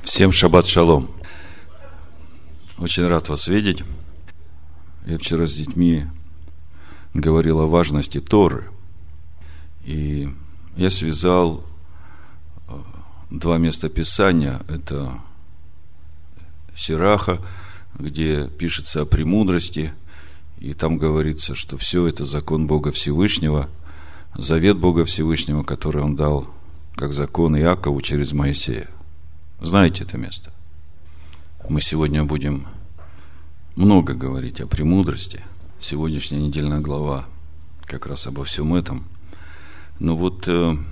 Всем шаббат шалом. Очень рад вас видеть. Я вчера с детьми говорил о важности Торы. И я связал два места Писания. Это Сираха, где пишется о премудрости. И там говорится, что все это закон Бога Всевышнего, завет Бога Всевышнего, который Он дал как закон Иакову через Моисея. Знаете это место? Мы сегодня будем много говорить о премудрости. Сегодняшняя недельная глава как раз обо всем этом. Но вот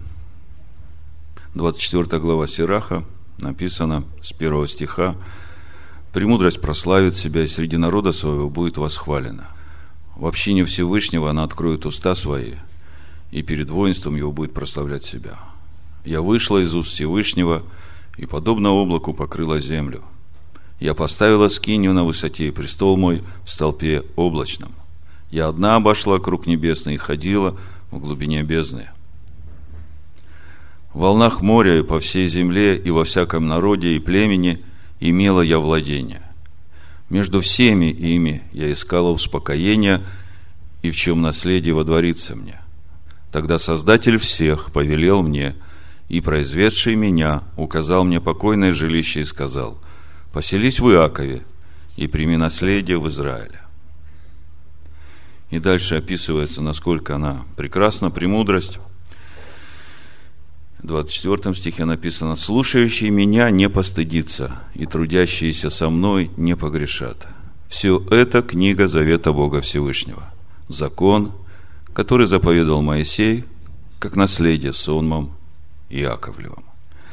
24 глава Сираха написано с 1 стиха: «Премудрость прославит себя, и среди народа своего будет восхвалена. В общине Всевышнего она откроет уста свои, и перед воинством его будет прославлять себя. Я вышла из уст Всевышнего, и подобно облаку покрыла землю. Я поставила скинию на высоте, и престол мой в столпе облачном. Я одна обошла круг небесный и ходила в глубине бездны. В волнах моря и по всей земле, и во всяком народе и племени имела я владение. Между всеми ими я искала успокоения, и в чем наследие водворится мне. Тогда Создатель всех повелел мне, и произведший меня указал мне покойное жилище и сказал: поселись в Иакове и прими наследие в Израиле». И дальше описывается, насколько она прекрасна, премудрость. В 24 стихе написано: «Слушающий меня не постыдится, и трудящиеся со мной не погрешат. Все это книга завета Бога Всевышнего, закон, который заповедал Моисей, как наследие сонмам Иаковлевым».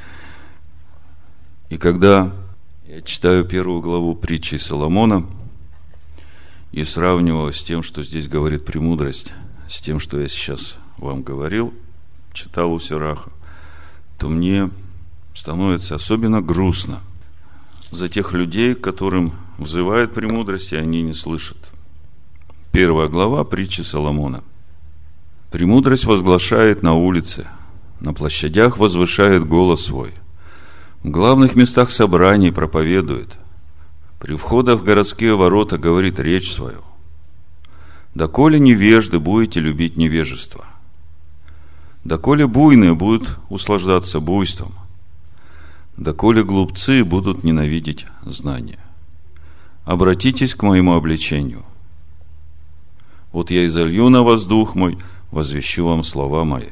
И когда я читаю первую главу притчи Соломона и сравниваю с тем, что здесь говорит премудрость, с тем, что я сейчас вам говорил, читал у Сираха, то мне становится особенно грустно за тех людей, которым взывает премудрость, и они не слышат. Первая глава притчи Соломона. «Премудрость возглашает на улице, на площадях возвышает голос свой, в главных местах собраний проповедует, при входах в городские ворота говорит речь свою. Доколе невежды будете любить невежество, доколе буйные будут услаждаться буйством, доколе глупцы будут ненавидеть знания. Обратитесь к моему обличению. Вот я изолью на вас дух мой, возвещу вам слова мои.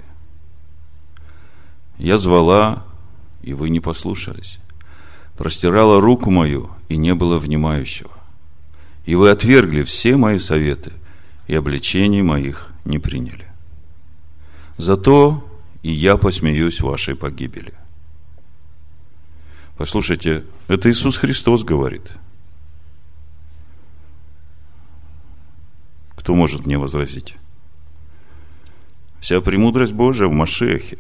Я звала, и вы не послушались, простирала руку мою, и не было внимающего. И вы отвергли все мои советы, и обличений моих не приняли. Зато и я посмеюсь вашей погибели». Послушайте, это Иисус Христос говорит. Кто может мне возразить? Вся премудрость Божия в Машиахе.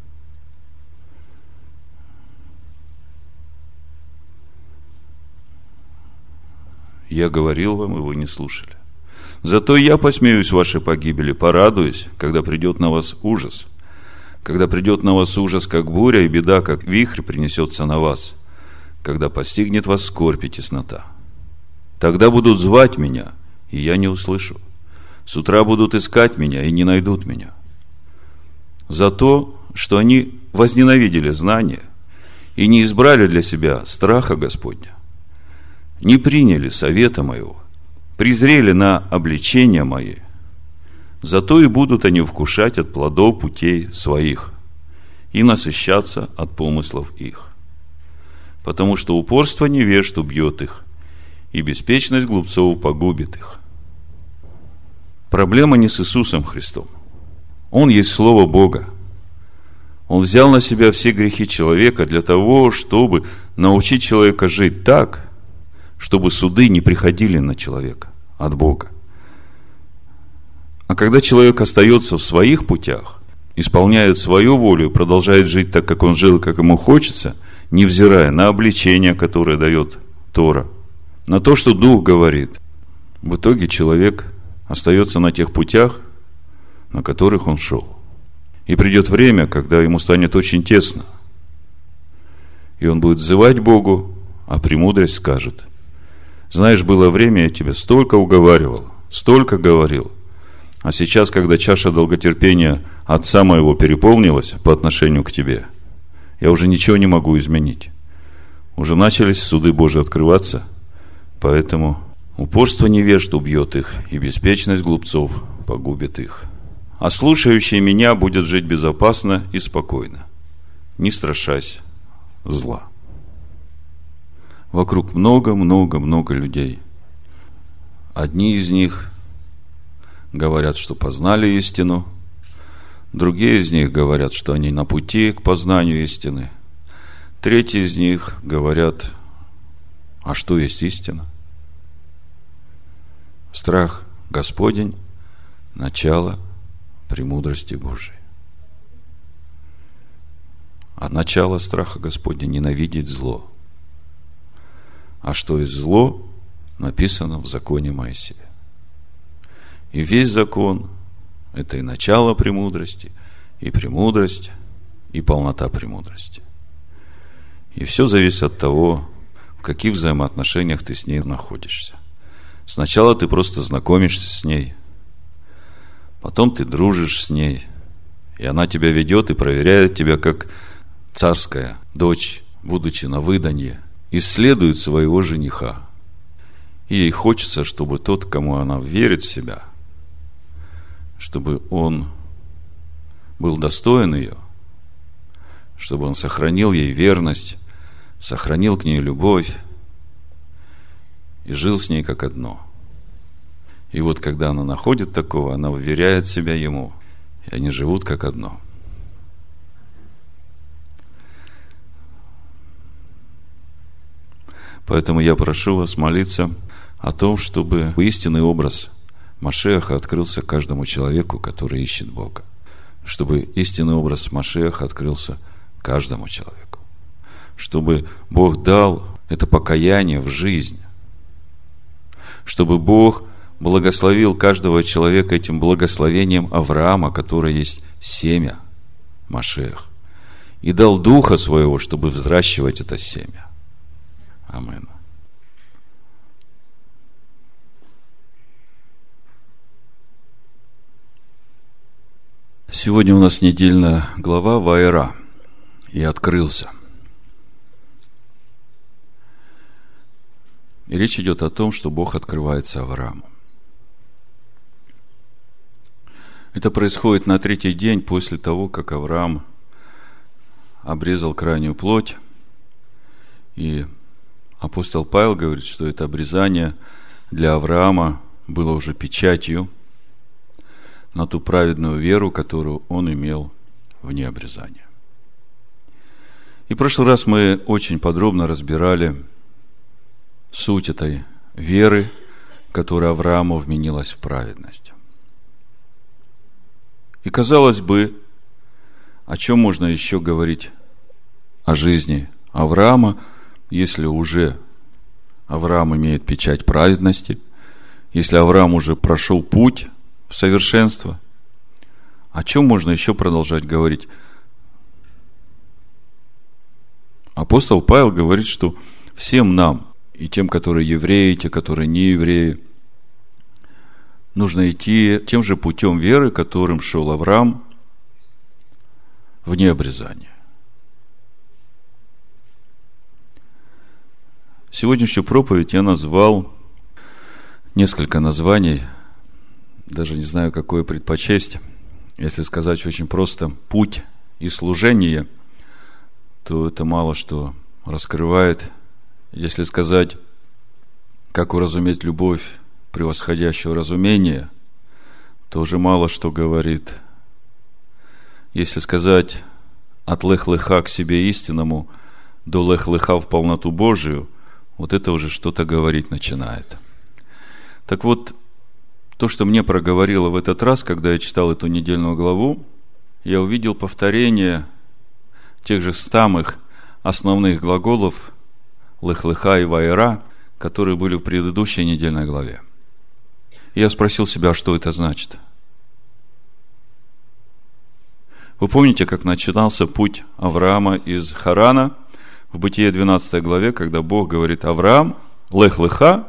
Я говорил вам, и вы не слушали. Зато я посмеюсь вашей погибели, порадуюсь, когда придет на вас ужас. Когда придет на вас ужас, как буря, и беда, как вихрь, принесется на вас, когда постигнет вас скорбь и теснота. Тогда будут звать меня, и я не услышу. С утра будут искать меня, и не найдут меня. За то, что они возненавидели знания и не избрали для себя страха Господня, не приняли совета моего, презрели на обличения мои, зато и будут они вкушать от плодов путей своих и насыщаться от помыслов их. Потому что упорство невежд убьет их, и беспечность глупцов погубит их». Проблема не с Иисусом Христом. Он есть Слово Бога. Он взял на себя все грехи человека для того, чтобы научить человека жить так, чтобы суды не приходили на человека от Бога. А когда человек остается в своих путях, исполняет свою волю и продолжает жить так, как он жил, как ему хочется, невзирая на обличение, которое дает Тора, на то, что Дух говорит, в итоге человек остается на тех путях, на которых он шел. И придет время, когда ему станет очень тесно. И он будет взывать Богу, а премудрость скажет: знаешь, было время, я тебя столько уговаривал, столько говорил, а сейчас, когда чаша долготерпения отца моего переполнилась по отношению к тебе, я уже ничего не могу изменить. Уже начались суды Божии открываться, поэтому упорство невежд убьет их, и беспечность глупцов погубит их. А слушающий меня будет жить безопасно и спокойно, не страшась зла. Вокруг много людей. Одни из них говорят, что познали истину, другие из них говорят, что они на пути к познанию истины, третьи из них говорят: а что есть истина? Страх Господень – начало премудрости Божией. А начало страха Господня – ненавидеть зло. А что есть зло, написано в законе Моисея. И весь закон – это и начало премудрости, и премудрость, и полнота премудрости. И все зависит от того, в каких взаимоотношениях ты с ней находишься. Сначала ты просто знакомишься с ней, потом ты дружишь с ней, и она тебя ведет и проверяет тебя, как царская дочь, будучи на выданье, исследует своего жениха. И ей хочется, чтобы тот, кому она верит в себя, чтобы он был достоин ее, чтобы он сохранил ей верность, сохранил к ней любовь и жил с ней как одно. И вот когда она находит такого, она уверяет себя ему, и они живут как одно. Поэтому я прошу вас молиться о том, чтобы истинный образ Машиаха открылся каждому человеку, который ищет Бога. Чтобы истинный образ Машиаха открылся каждому человеку. Чтобы Бог дал это покаяние в жизнь. Чтобы Бог благословил каждого человека этим благословением Авраама, которое есть семя Машиах, и дал Духа Своего, чтобы взращивать это семя. Аминь. Сегодня у нас недельная глава Ваера. И открылся. И речь идет о том, что Бог открывается Аврааму. Это происходит на третий день после того, как Авраам обрезал крайнюю плоть. И апостол Павел говорит, что это обрезание для Авраама было уже печатью на ту праведную веру, которую он имел вне обрезания. И в прошлый раз мы очень подробно разбирали суть этой веры, которая Аврааму вменилась в праведность. И казалось бы, о чем можно еще говорить о жизни Авраама, если уже Авраам имеет печать праведности, если Авраам уже прошел путь в совершенство, о чем можно еще продолжать говорить? Апостол Павел говорит, что всем нам, и тем, которые евреи, и те, которые не евреи, нужно идти тем же путем веры, которым шел Авраам вне обрезания. Сегодняшнюю проповедь я назвал несколько названий, даже не знаю, какое предпочесть. Если сказать очень просто «путь и служение», то это мало что раскрывает. Если сказать «как уразуметь любовь, превосходящую разумение», то уже мало что говорит. Если сказать «от лех-леха к себе истинному до лех-леха в полноту Божию», вот это уже что-то говорить начинает. Так вот, то, что мне проговорило в этот раз, когда я читал эту недельную главу, я увидел повторение тех же самых основных глаголов лех-леха и ваера, которые были в предыдущей недельной главе. И я спросил себя, что это значит. Вы помните, как начинался путь Авраама из Харана в Бытие 12 главе, когда Бог говорит: Авраам, лех-леха,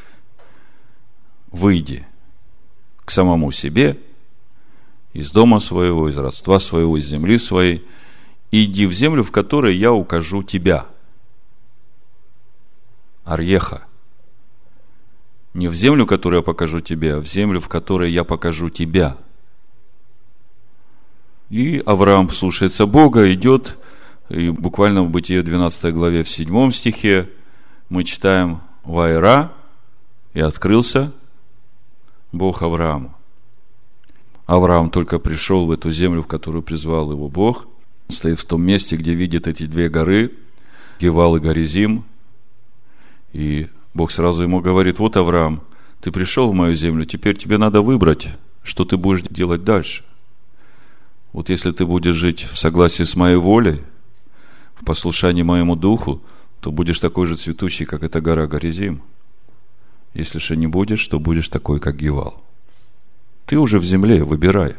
выйди к самому себе, из дома своего, из родства своего, из земли своей, и иди в землю, в которой я укажу тебя. Арьеха. Не в землю, которую я покажу тебе, а в землю, в которой я покажу тебя. И Авраам слушается Бога, идет, и буквально в Бытие 12 главе, в 7 стихе мы читаем: «Ваера, и открылся Бог Аврааму». Авраам только пришел в эту землю, в которую призвал его Бог. Он стоит в том месте, где видит эти две горы, Гевал и Горизим. И Бог сразу ему говорит: вот, Авраам, ты пришел в мою землю, теперь тебе надо выбрать, что ты будешь делать дальше. Вот если ты будешь жить в согласии с моей волей, в послушании моему духу, то будешь такой же цветущий, как эта гора Горизим. Если же не будешь, то будешь такой, как Гевал. Ты уже в земле, выбирай.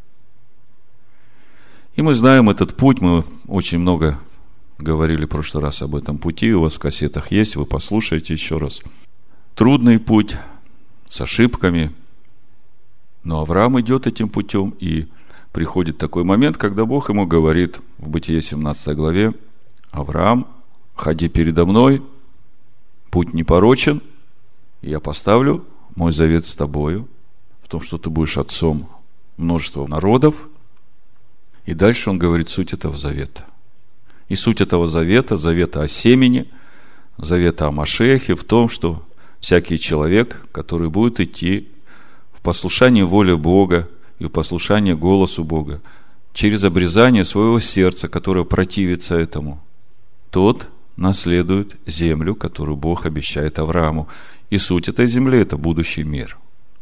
И мы знаем этот путь, мы очень много говорили в прошлый раз об этом пути, у вас в кассетах есть, вы послушайте еще раз. Трудный путь, с ошибками, но Авраам идет этим путем, и приходит такой момент, когда Бог ему говорит в Бытие 17 главе: Авраам, ходи передо мной, путь непорочен, и я поставлю мой завет с тобою, в том, что ты будешь отцом множества народов. И дальше он говорит суть этого завета. И суть этого завета, завета о семени, завета о Машиахе, в том, что всякий человек, который будет идти в послушании воле Бога и в послушании голосу Бога, через обрезание своего сердца, которое противится этому, тот наследует землю, которую Бог обещает Аврааму. И суть этой земли – это будущий мир.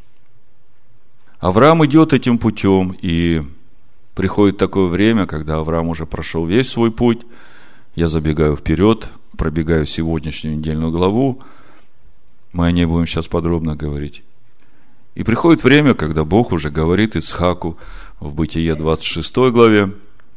Авраам идет этим путем, и приходит такое время, когда Авраам уже прошел весь свой путь. Я забегаю вперед, пробегаю сегодняшнюю недельную главу. Мы о ней будем сейчас подробно говорить. И приходит время, когда Бог уже говорит Ицхаку в Бытие 26 главе,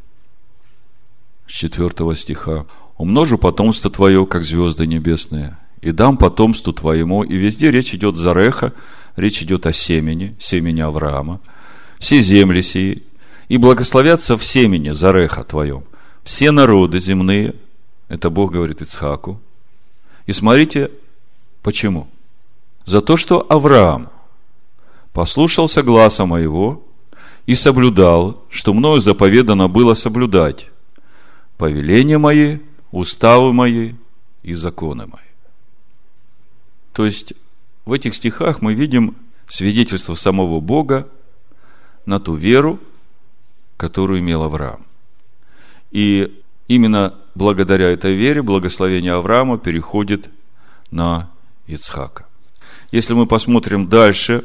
с 4 стиха: «Умножу потомство твое, как звезды небесные, и дам потомству твоему». И везде речь идет зареха, речь идет о семени, семени Авраама. «Все земли сии, и благословятся в семени зареха твоем все народы земные». Это Бог говорит Ицхаку. И смотрите, почему. За то, что Авраам послушался гласа моего и соблюдал, что мною заповедано было соблюдать повеления мои, уставы мои и законы мои. То есть в этих стихах мы видим свидетельство самого Бога на ту веру, которую имел Авраам. И именно благодаря этой вере благословение Авраама переходит на Ицхака. Если мы посмотрим дальше,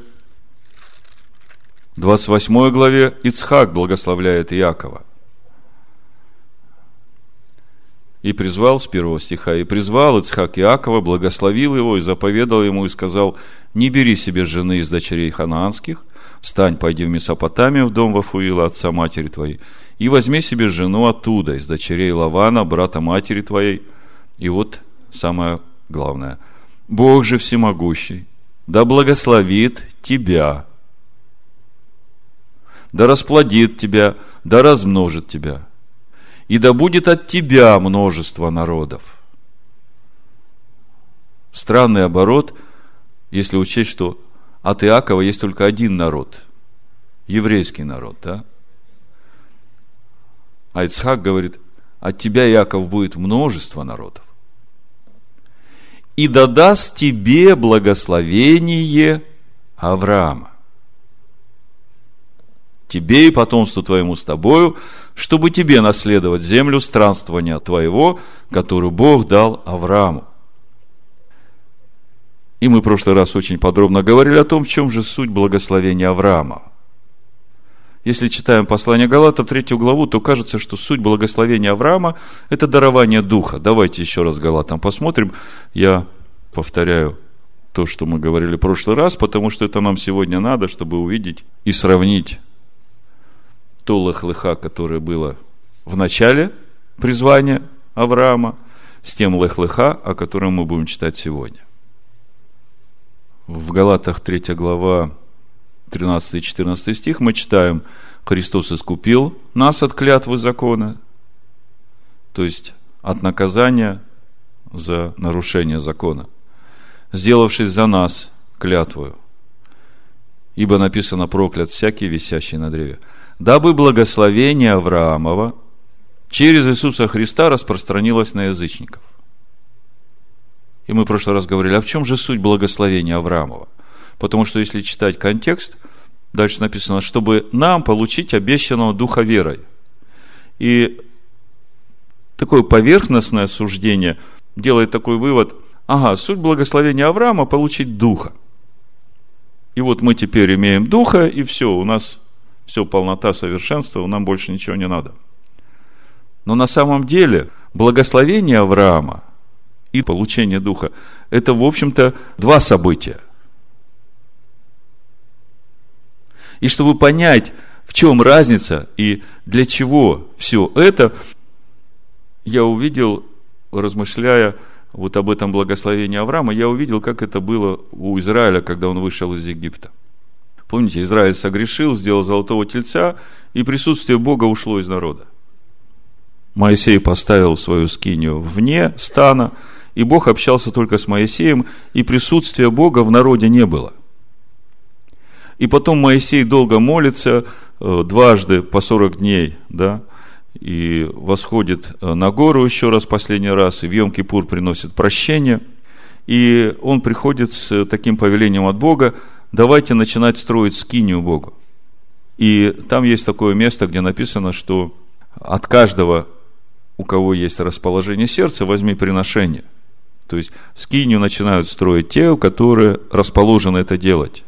в 28 главе Ицхак благословляет Иакова. И призвал, с 1 стиха, и призвал Ицхак Иакова, благословил его и заповедал ему и сказал: не бери себе жены из дочерей ханаанских, встань, пойди в Месопотамию, в дом Вафуила, отца матери твоей, и возьми себе жену оттуда, из дочерей Лавана, брата матери твоей. И вот самое главное: Бог же всемогущий да благословит тебя, да расплодит тебя, да размножит тебя, и да будет от тебя множество народов. Странный оборот, если учесть, что от Иакова есть только один народ, еврейский народ, да? А Ицхак говорит: от тебя, Иаков, будет множество народов. И да даст тебе благословение Авраама, тебе и потомству твоему с тобою, чтобы тебе наследовать землю странствования твоего, которую Бог дал Аврааму. И мы в прошлый раз очень подробно говорили о том, в чем же суть благословения Авраама. Если читаем послание Галатам, 3 главу, то кажется, что суть благословения Авраама – это дарование Духа. Давайте еще раз Галатам посмотрим. Я повторяю то, что мы говорили в прошлый раз, потому что это нам сегодня надо, чтобы увидеть и сравнить то лех-леха, которое было в начале призвания Авраама, с тем лех-леха, о котором мы будем читать сегодня. В Галатах 3 глава, 13 и 14 стих мы читаем: Христос искупил нас от клятвы закона, то есть от наказания за нарушение закона, сделавшись за нас клятвою. Ибо написано: проклят всякий, висящий на древе. Дабы благословение Авраамова через Иисуса Христа распространилось на язычников. И мы в прошлый раз говорили, а в чем же суть благословения Авраамова? Потому что если читать контекст, дальше написано, чтобы нам получить обещанного духа верой. И такое поверхностное суждение делает такой вывод: суть благословения Авраама – получить духа. И вот мы теперь имеем духа, и все, у нас все полнота, совершенство, нам больше ничего не надо. Но на самом деле благословение Авраама и получение духа – это, в общем-то, два события. И чтобы понять, в чем разница и для чего все это, я увидел, размышляя вот об этом благословении Авраама, я увидел, как это было у Израиля, когда он вышел из Египта. Помните, Израиль согрешил, сделал золотого тельца, и присутствие Бога ушло из народа. Моисей поставил свою скинию вне стана, и Бог общался только с Моисеем, и присутствия Бога в народе не было. И потом Моисей долго молится, дважды по 40 дней, и восходит на гору еще раз, последний раз, и в Йом-Кипур приносит прощение, и он приходит с таким повелением от Бога: давайте начинать строить скинию Богу. И там есть такое место, где написано, что от каждого, у кого есть расположение сердца, возьми приношение. То есть скинию начинают строить те, которые расположены это делать.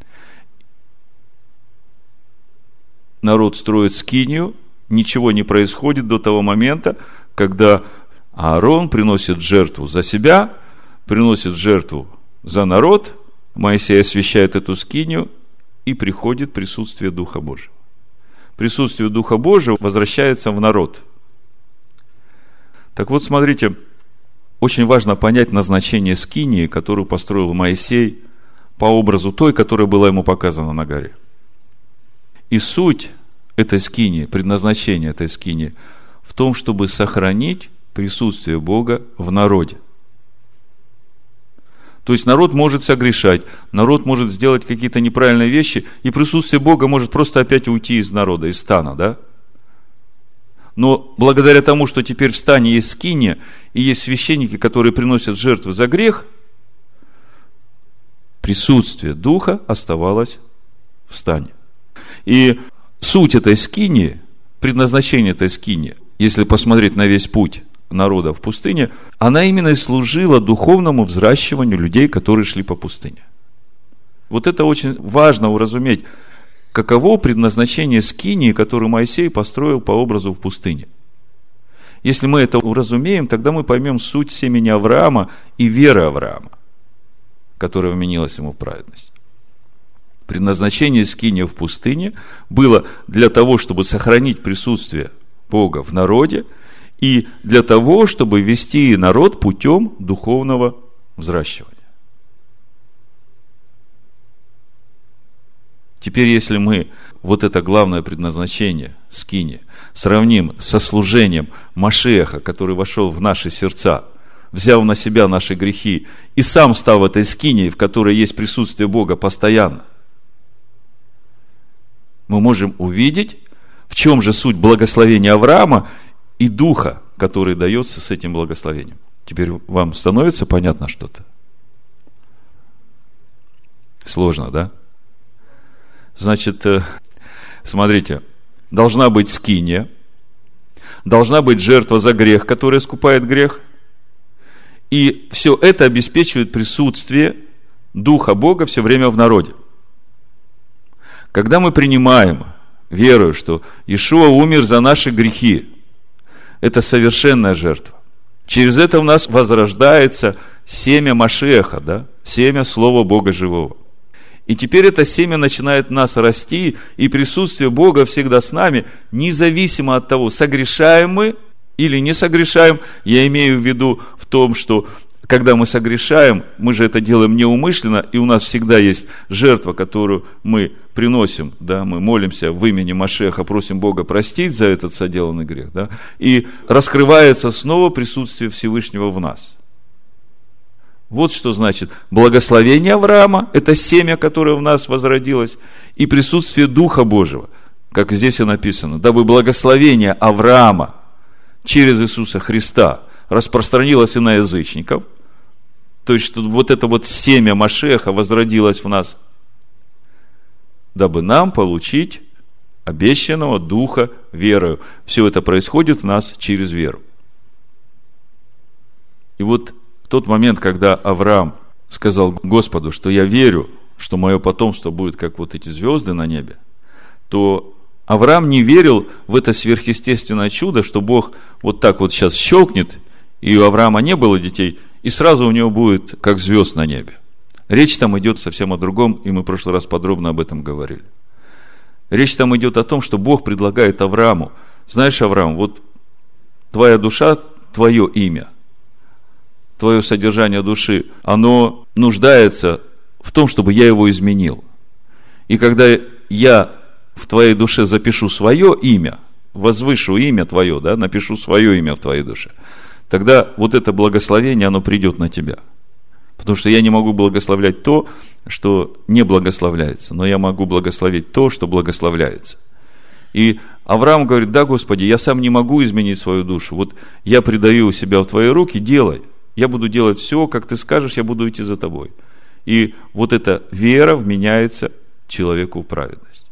Народ строит скинию, ничего не происходит до того момента, когда Аарон приносит жертву за себя, приносит жертву за народ, Моисей освящает эту скинию, и приходит присутствие Духа Божьего. Присутствие Духа Божьего возвращается в народ. Так вот, смотрите, очень важно понять назначение скинии, которую построил Моисей по образу той, которая была ему показана на горе. И суть этой скинии, предназначение этой скинии в том, чтобы сохранить присутствие Бога в народе. То есть народ может согрешать, народ может сделать какие-то неправильные вещи, и присутствие Бога может просто опять уйти из народа, из стана, Но благодаря тому, что теперь в стане есть скиния, и есть священники, которые приносят жертвы за грех, присутствие Духа оставалось в стане. И суть этой скинии, предназначение этой скинии, если посмотреть на весь путь народа в пустыне, она именно и служила духовному взращиванию людей, которые шли по пустыне. Вот это очень важно уразуметь, каково предназначение скинии, которую Моисей построил по образу в пустыне. Если мы это уразумеем, тогда мы поймем суть семени Авраама и веры Авраама, которая вменилась ему в праведность. Предназначение скинии в пустыне было для того, чтобы сохранить присутствие Бога в народе, и для того, чтобы вести народ путем духовного взращивания. Теперь, если мы вот это главное предназначение скинии сравним со служением Машиаха, который вошел в наши сердца, взял на себя наши грехи и сам стал этой скинией, в которой есть присутствие Бога постоянно, мы можем увидеть, в чем же суть благословения Авраама и духа, который дается с этим благословением. Теперь вам становится понятно что-то? Сложно, да? Значит, смотрите, должна быть скиния, должна быть жертва за грех, которая искупает грех, и все это обеспечивает присутствие Духа Бога все время в народе. Когда мы принимаем, верую, что Иешуа умер за наши грехи, это совершенная жертва. Через это в нас возрождается семя Машиаха, семя Слова Бога Живого. И теперь это семя начинает в нас расти, и присутствие Бога всегда с нами, независимо от того, согрешаем мы или не согрешаем. Я имею в виду в том, что когда мы согрешаем, мы же это делаем неумышленно, и у нас всегда есть жертва, которую мы приносим, да, мы молимся в имени Машеха, просим Бога простить за этот соделанный грех, да, и раскрывается снова присутствие Всевышнего в нас. Вот что значит благословение Авраама, это семя, которое в нас возродилось, и присутствие Духа Божьего, как здесь и написано, дабы благословение Авраама через Иисуса Христа распространилось и на язычников, то есть, что вот это вот семя Машеха возродилось в нас, дабы нам получить обещанного Духа верою. Все это происходит в нас через веру. И вот в тот момент, когда Авраам сказал Господу, что я верю, что мое потомство будет как вот эти звезды на небе, то Авраам не верил в это сверхъестественное чудо, что Бог вот так вот сейчас щелкнет, и у Авраама не было детей, и сразу у него будет как звезд на небе. Речь там идет совсем о другом, и мы в прошлый раз подробно об этом говорили. Речь там идет о том, что Бог предлагает Аврааму: знаешь, Авраам, вот твоя душа, твое имя, твое содержание души, оно нуждается в том, чтобы я его изменил. И когда я в твоей душе запишу свое имя, возвышу имя твое, да, напишу свое имя в твоей душе, тогда вот это благословение, оно придет на тебя. Потому что я не могу благословлять то, что не благословляется, но я могу благословить то, что благословляется. И Авраам говорит: да, Господи, я сам не могу изменить свою душу, вот я предаю себя в Твои руки, делай. Я буду делать все, как Ты скажешь, я буду идти за Тобой. И вот эта вера вменяется человеку в праведность.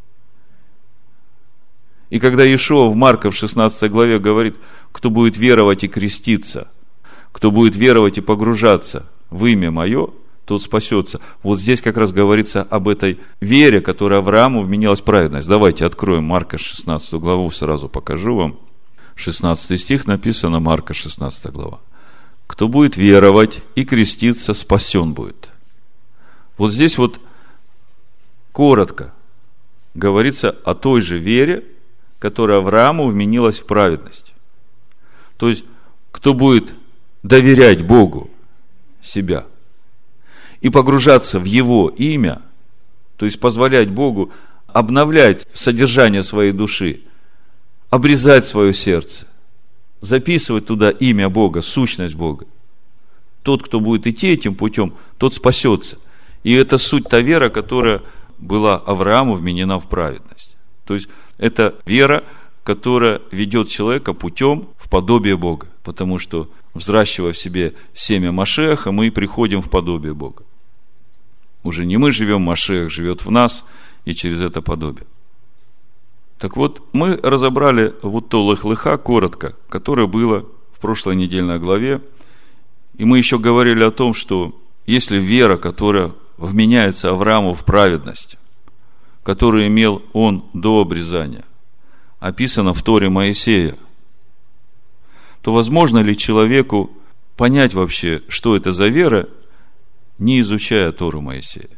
И когда Иешуа в Марка в 16 главе говорит: кто будет веровать и креститься, кто будет веровать и погружаться в имя Мое, тот спасется. Вот здесь как раз говорится об этой вере, которая Аврааму вменилась в праведность. Давайте откроем Марка 16 главу, сразу покажу вам. 16 стих написано, Марка 16 глава. Кто будет веровать и креститься, спасен будет. Вот здесь вот коротко говорится о той же вере, которая Аврааму вменилась в праведность. То есть, кто будет доверять Богу себя и погружаться в Его имя, то есть позволять Богу обновлять содержание своей души, обрезать свое сердце, записывать туда имя Бога, сущность Бога. Тот, кто будет идти этим путем, тот спасется. И это суть та вера, которая была Аврааму вменена в праведность. То есть, это вера, которая ведет человека путем в подобие Бога. Потому что, взращивая в себе семя Машеха, мы приходим в подобие Бога. Уже не мы живем, Машех живет в нас, и через это подобие. Так вот, мы разобрали вот то лых-лыха коротко, которое было в прошлой недельной главе. И мы еще говорили о том, что если вера, которая вменяется Аврааму в праведность, которую имел он до обрезания, описана в Торе Моисея, то возможно ли человеку понять вообще, что это за вера, не изучая Тору Моисея?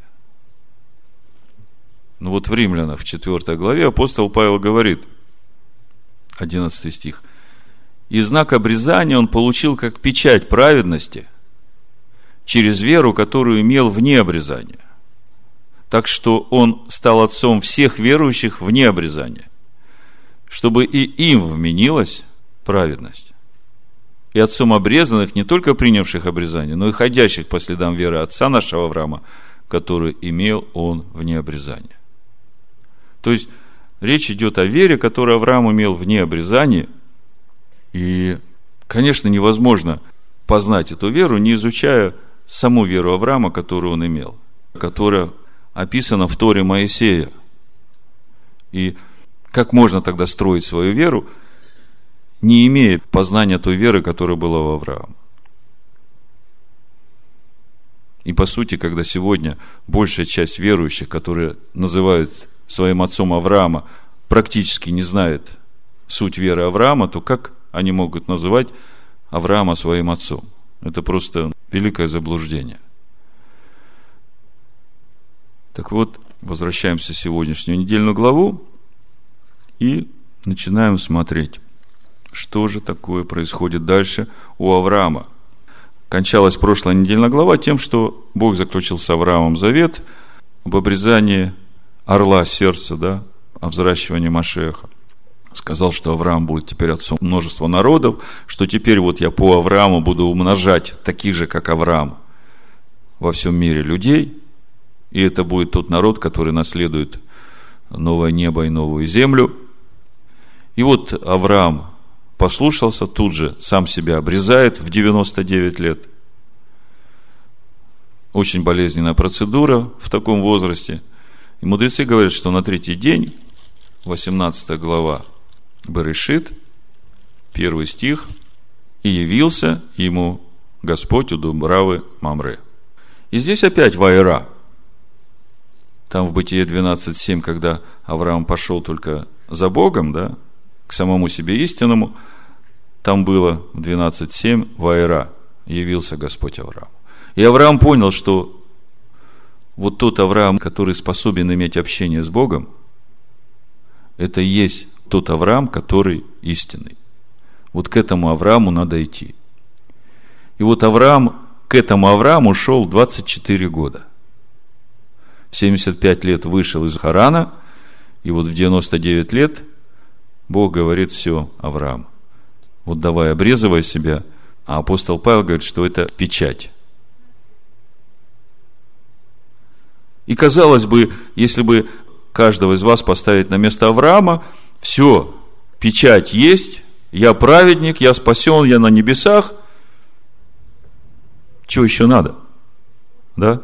Ну вот в Римлянах, в 4 главе, апостол Павел говорит, 11 стих, «И знак обрезания он получил как печать праведности через веру, которую имел вне обрезания. Так что он стал отцом всех верующих вне обрезания, чтобы и им вменилась праведность. И отцом обрезанных, не только принявших обрезание, но и ходящих по следам веры отца нашего Авраама, который имел он вне обрезания». То есть, речь идет о вере, которую Авраам имел вне обрезания. И, конечно, невозможно познать эту веру, не изучая саму веру Авраама, которую он имел, которая описана в Торе Моисея. И как можно тогда строить свою веру, не имея познания той веры, которая была у Авраама? И по сути, когда сегодня большая часть верующих, которые называют своим отцом Авраама, практически не знает суть веры Авраама, то как они могут называть Авраама своим отцом? Это просто великое заблуждение. Так вот, возвращаемся в сегодняшнюю недельную главу и начинаем смотреть. что же такое происходит дальше у Авраама. Кончалась прошлая недельная глава тем, что Бог заключил с Авраамом завет об обрезании орла сердца, да, о взращивании Машиаха. Сказал, что Авраам будет теперь отцом множества народов, что теперь вот я по Аврааму буду умножать таких же, как Авраам, во всем мире людей, и это будет тот народ, который наследует новое небо и новую землю. И вот Авраам послушался, тут же сам себя обрезает в 99 лет. Очень болезненная процедура в таком возрасте. И мудрецы говорят, что на третий день, 18 глава Берешит, 1 стих, «И явился ему Господь у Дубравы Мамре». И здесь опять вайра. Там в Бытие 12:7, когда Авраам пошел только за Богом, да, к самому себе истинному, там было в 12:7 вайра, явился Господь Аврааму. И Авраам понял, что вот тот Авраам, который способен иметь общение с Богом, это и есть тот Авраам, который истинный. Вот к этому Аврааму надо идти. И вот Авраам, к этому Аврааму шел 24 года. В 75 лет вышел из Харана, и вот в 99 лет Бог говорит: все, Авраам, вот давай обрезывай себя. А апостол Павел говорит, что это печать. И казалось бы, если бы каждого из вас поставить на место Авраама, все, печать есть, я праведник, я спасен, я на небесах. Чего еще надо? Да?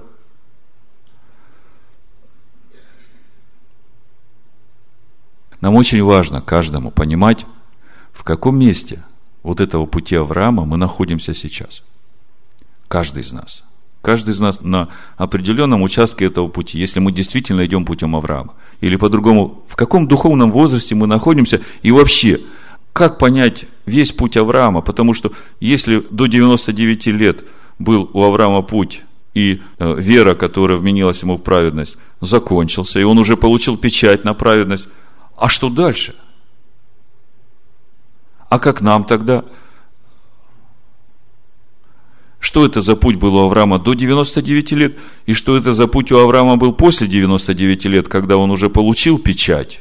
Нам очень важно каждому понимать, в каком месте вот этого пути Авраама мы находимся сейчас. Каждый из нас. Каждый из нас на определенном участке этого пути, если мы действительно идем путем Авраама. Или по-другому, в каком духовном возрасте мы находимся и вообще, как понять весь путь Авраама? Потому что если до 99 лет был у Авраама путь, и вера, которая вменилась ему в праведность, закончился, и он уже получил печать на праведность, а что дальше? А как нам тогда? Что это за путь был у Авраама до 99 лет? И что это за путь у Авраама был после 99 лет, когда он уже получил печать?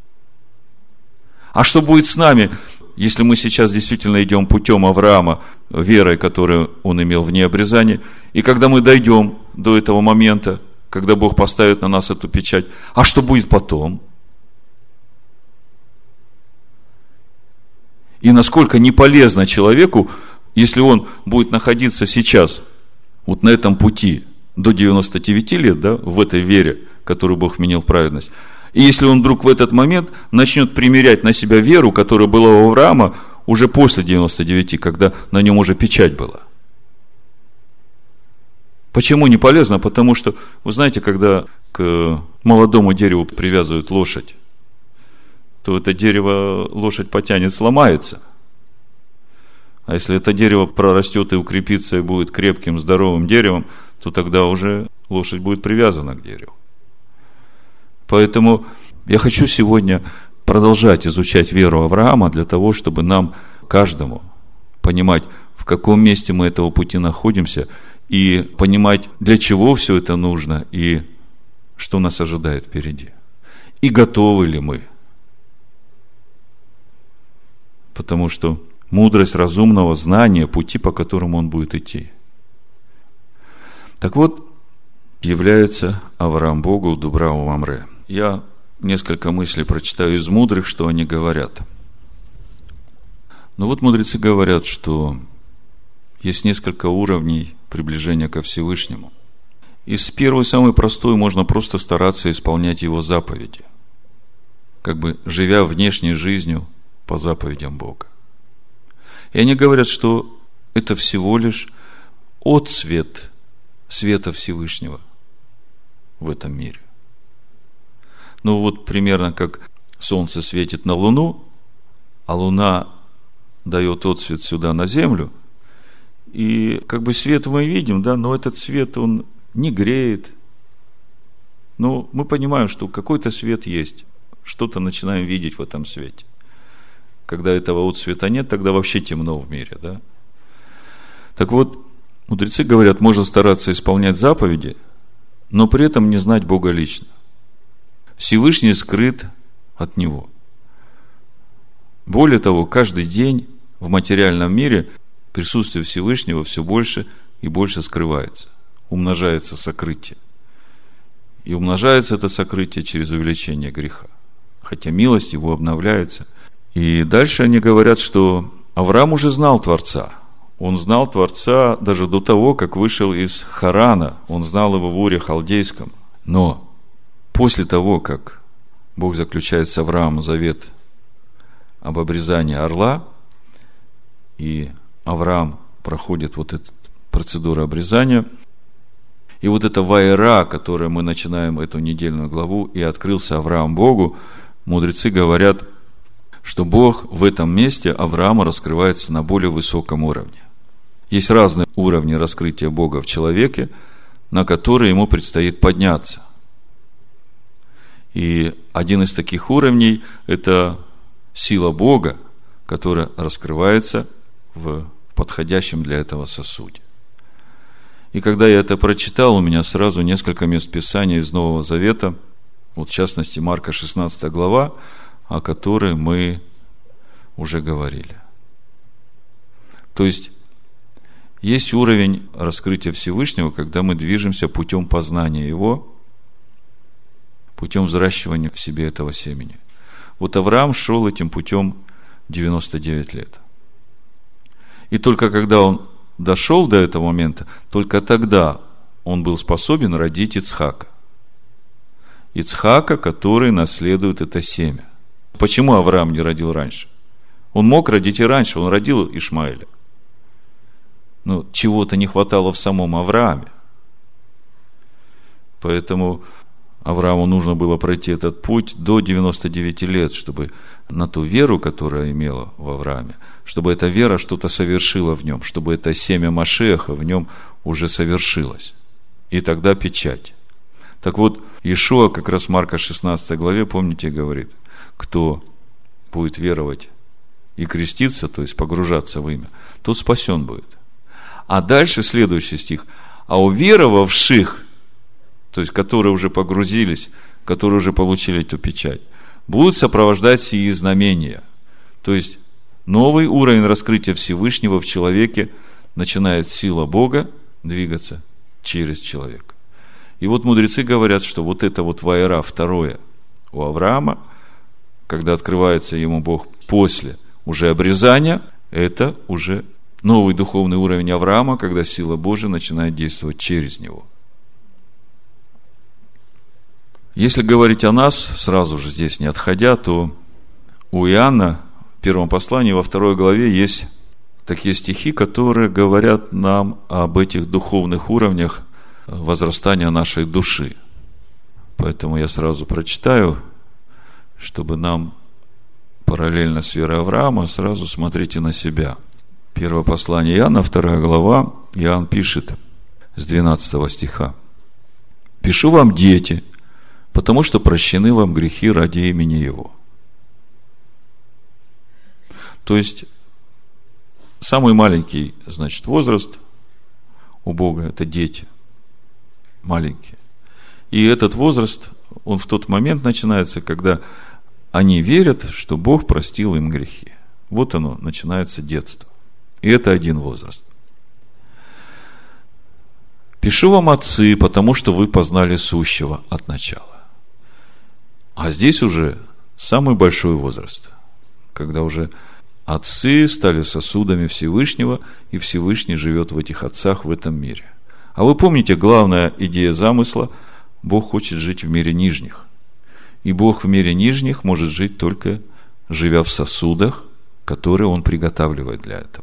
А что будет с нами, если мы сейчас действительно идем путем Авраама, верой, которую он имел вне обрезания, и когда мы дойдем до этого момента, когда Бог поставит на нас эту печать, а что будет потом? И насколько не полезно человеку, если он будет находиться сейчас вот на этом пути до 99 лет, да, в этой вере, которую Бог вменил в праведность, и если он вдруг в этот момент начнет примерять на себя веру, которая была у Авраама уже после 99, когда на нем уже печать была. Почему не полезно? Потому что, вы знаете, когда к молодому дереву привязывают лошадь, то это дерево лошадь потянет, сломается. А если это дерево прорастет и укрепится, и будет крепким, здоровым деревом, то тогда уже лошадь будет привязана к дереву. Поэтому я хочу сегодня продолжать изучать веру Авраама для того, чтобы нам, каждому, понимать, в каком месте мы этого пути находимся, и понимать, для чего все это нужно, и что нас ожидает впереди. И готовы ли мы? Потому что мудрость разумного знания пути, по которому он будет идти. Так вот, является Авраам Богу Дубраву Мамре. Я несколько мыслей прочитаю из мудрых, что они говорят. Но вот мудрецы говорят, что есть несколько уровней приближения ко Всевышнему. Из первой, самой простой, можно просто стараться исполнять его заповеди, как бы живя внешней жизнью по заповедям Бога. И они говорят, что это всего лишь отцвет света Всевышнего в этом мире. Ну вот примерно как солнце светит на луну, а луна дает отцвет сюда на землю, и как бы свет мы видим, да, но этот свет, он не греет. Но мы понимаем, что какой-то свет есть, что-то начинаем видеть в этом свете. Когда этого отцвета нет, тогда вообще темно в мире, да? Так вот, мудрецы говорят, можно стараться исполнять заповеди, но при этом не знать Бога лично. Всевышний скрыт от Него. Более того, каждый день в материальном мире присутствие Всевышнего все больше и больше скрывается, умножается сокрытие. И умножается это сокрытие через увеличение греха. Хотя милость его обновляется. И дальше они говорят, что Авраам уже знал Творца. Он знал Творца даже до того, как вышел из Харана. Он знал его в Уре Халдейском. Но после того, как Бог заключает с Авраамом завет об обрезании орла, и Авраам проходит вот эту процедуру обрезания, и вот эта ваера, которой мы начинаем эту недельную главу, и открылся Авраам Богу, мудрецы говорят, что Бог в этом месте Авраама раскрывается на более высоком уровне. Есть разные уровни раскрытия Бога в человеке, на которые ему предстоит подняться. И один из таких уровней – это сила Бога, которая раскрывается в подходящем для этого сосуде. И когда я это прочитал, у меня сразу несколько мест Писания из Нового Завета, вот в частности Марка 16 глава, о которой мы уже говорили. То есть уровень раскрытия Всевышнего, когда мы движемся путем познания Его, путем взращивания в себе этого семени. Вот Авраам шел этим путем 99 лет. И только когда он дошел до этого момента, только тогда он был способен родить Ицхака. Ицхака, который наследует это семя. Почему Авраам не родил раньше? Он мог родить и раньше, он родил Ишмаэля. Но чего-то не хватало в самом Аврааме. Поэтому Аврааму нужно было пройти этот путь до 99 лет, чтобы на ту веру, которая имела в Аврааме, чтобы эта вера что-то совершила в нем, чтобы это семя Машиаха в нем уже совершилось. И тогда печать. Так вот, Иешуа как раз в Марка 16 главе, помните, говорит, кто будет веровать и креститься, то есть погружаться в имя, тот спасен будет. А дальше следующий стих. А уверовавших, то есть которые уже погрузились, которые уже получили эту печать, будут сопровождать сии знамения. То есть новый уровень раскрытия Всевышнего в человеке, начинает сила Бога двигаться через человека. И вот мудрецы говорят, что вот это вот ваера второе у Авраама, когда открывается ему Бог после уже обрезания, это уже новый духовный уровень Авраама, когда сила Божия начинает действовать через него. Если говорить о нас, сразу же здесь не отходя, то у Иоанна в первом послании во 2 главе есть такие стихи, которые говорят нам об этих духовных уровнях возрастания нашей души. Поэтому я сразу прочитаю, чтобы нам параллельно с верой Авраама сразу смотрите на себя. Первое послание Иоанна, 2 глава, Иоанн пишет с 12 стиха. «Пишу вам, дети, потому что прощены вам грехи ради имени Его». То есть, самый маленький, значит, возраст у Бога – это дети, маленькие. И этот возраст, он в тот момент начинается, когда они верят, что Бог простил им грехи. Вот оно, начинается детство. И это один возраст. «Пишу вам, отцы, потому что вы познали сущего от начала». А здесь уже самый большой возраст, когда уже отцы стали сосудами Всевышнего, и Всевышний живет в этих отцах в этом мире. А вы помните, главная идея замысла – Бог хочет жить в мире нижних. И Бог в мире нижних может жить только живя в сосудах, которые Он приготавливает для этого.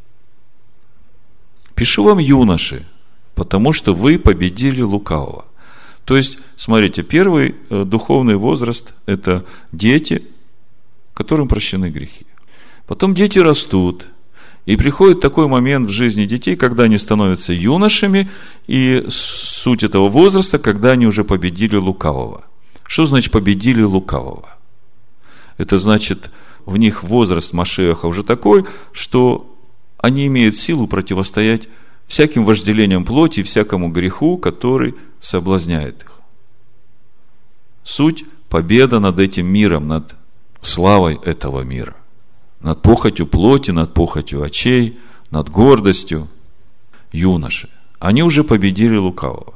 «Пишу вам, юноши, потому что вы победили лукавого». То есть, смотрите, первый духовный возраст – это дети, которым прощены грехи. Потом дети растут, и приходит такой момент в жизни детей, когда они становятся юношами, и суть этого возраста, когда они уже победили лукавого. Что значит победили лукавого? Это значит, в них возраст Машиаха уже такой, что они имеют силу противостоять всяким вожделениям плоти и всякому греху, который соблазняет их. Суть – победа над этим миром, над славой этого мира, над похотью плоти, над похотью очей, над гордостью юноши. Они уже победили лукавого.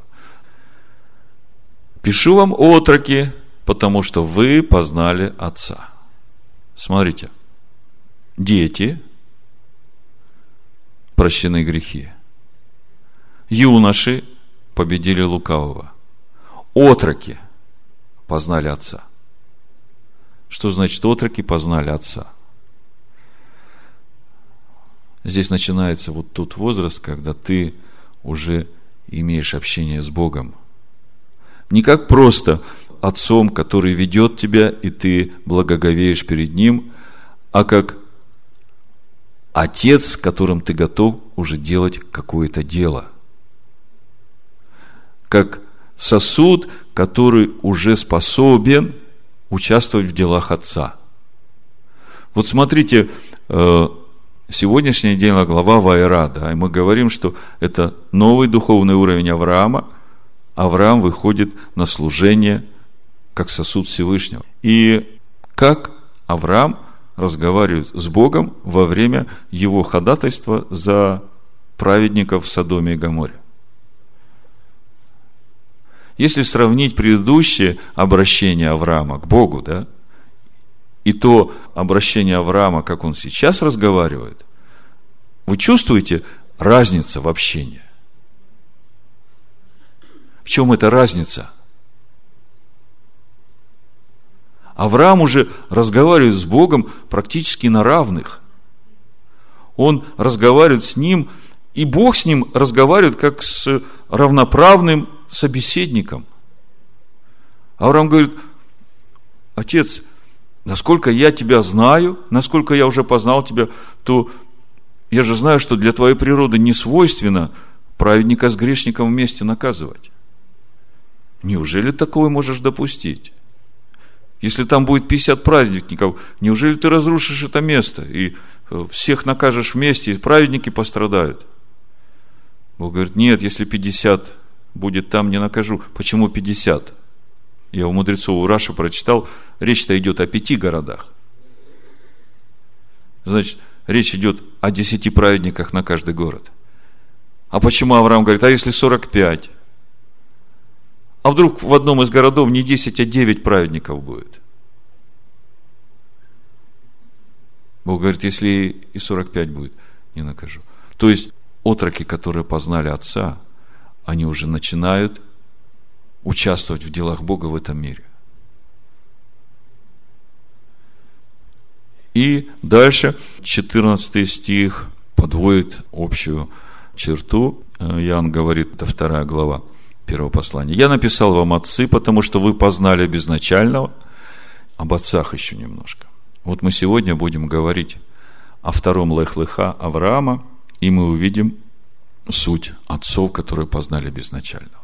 Пишу вам, отроки, потому что вы познали Отца. Смотрите, дети, прощены грехи. Юноши победили лукавого. Отроки познали Отца. Что значит отроки познали Отца? Здесь начинается вот тот возраст, когда ты уже имеешь общение с Богом. Не как просто отцом, который ведет тебя, и ты благоговеешь перед ним, а как отец, с которым ты готов уже делать какое-то дело. Как сосуд, который уже способен участвовать в делах Отца. Вот смотрите, сегодняшняя недельная глава Ваера, да, и мы говорим, что это новый духовный уровень Авраама. Авраам выходит на служение как сосуд Всевышнего. И как Авраам разговаривает с Богом во время его ходатайства за праведников в Содоме и Гоморе. Если сравнить предыдущее обращение Авраама к Богу, да, и то обращение Авраама, как он сейчас разговаривает, вы чувствуете разницу в общении? В чем эта разница? Авраам уже разговаривает с Богом практически на равных. Он разговаривает с ним, и Бог с ним разговаривает как с равноправным собеседником. Авраам говорит: Отец, насколько я тебя знаю, насколько я уже познал тебя, то я же знаю, что для твоей природы не свойственно праведника с грешником вместе наказывать. Неужели такое можешь допустить? Если там будет 50 праздников, неужели ты разрушишь это место и всех накажешь вместе, и праведники пострадают? Бог говорит: нет, если 50 будет там, не накажу. Почему 50? Я у мудрецов у Раши прочитал, речь-то идет о 5 городах. Значит, речь идет о 10 праведниках на каждый город. А почему Авраам говорит: а если 45? А вдруг в одном из городов не 10, а 9 праведников будет? Бог говорит: если и 45 будет, не накажу. То есть, отроки, которые познали Отца, они уже начинают участвовать в делах Бога в этом мире. И дальше 14 стих подводит общую черту. Иоанн говорит, это 2 глава 1 послания. «Я написал вам, отцы, потому что вы познали безначального». Об отцах еще немножко. Вот мы сегодня будем говорить о втором Лех-Леха Авраама, и мы увидим суть отцов, которые познали безначального.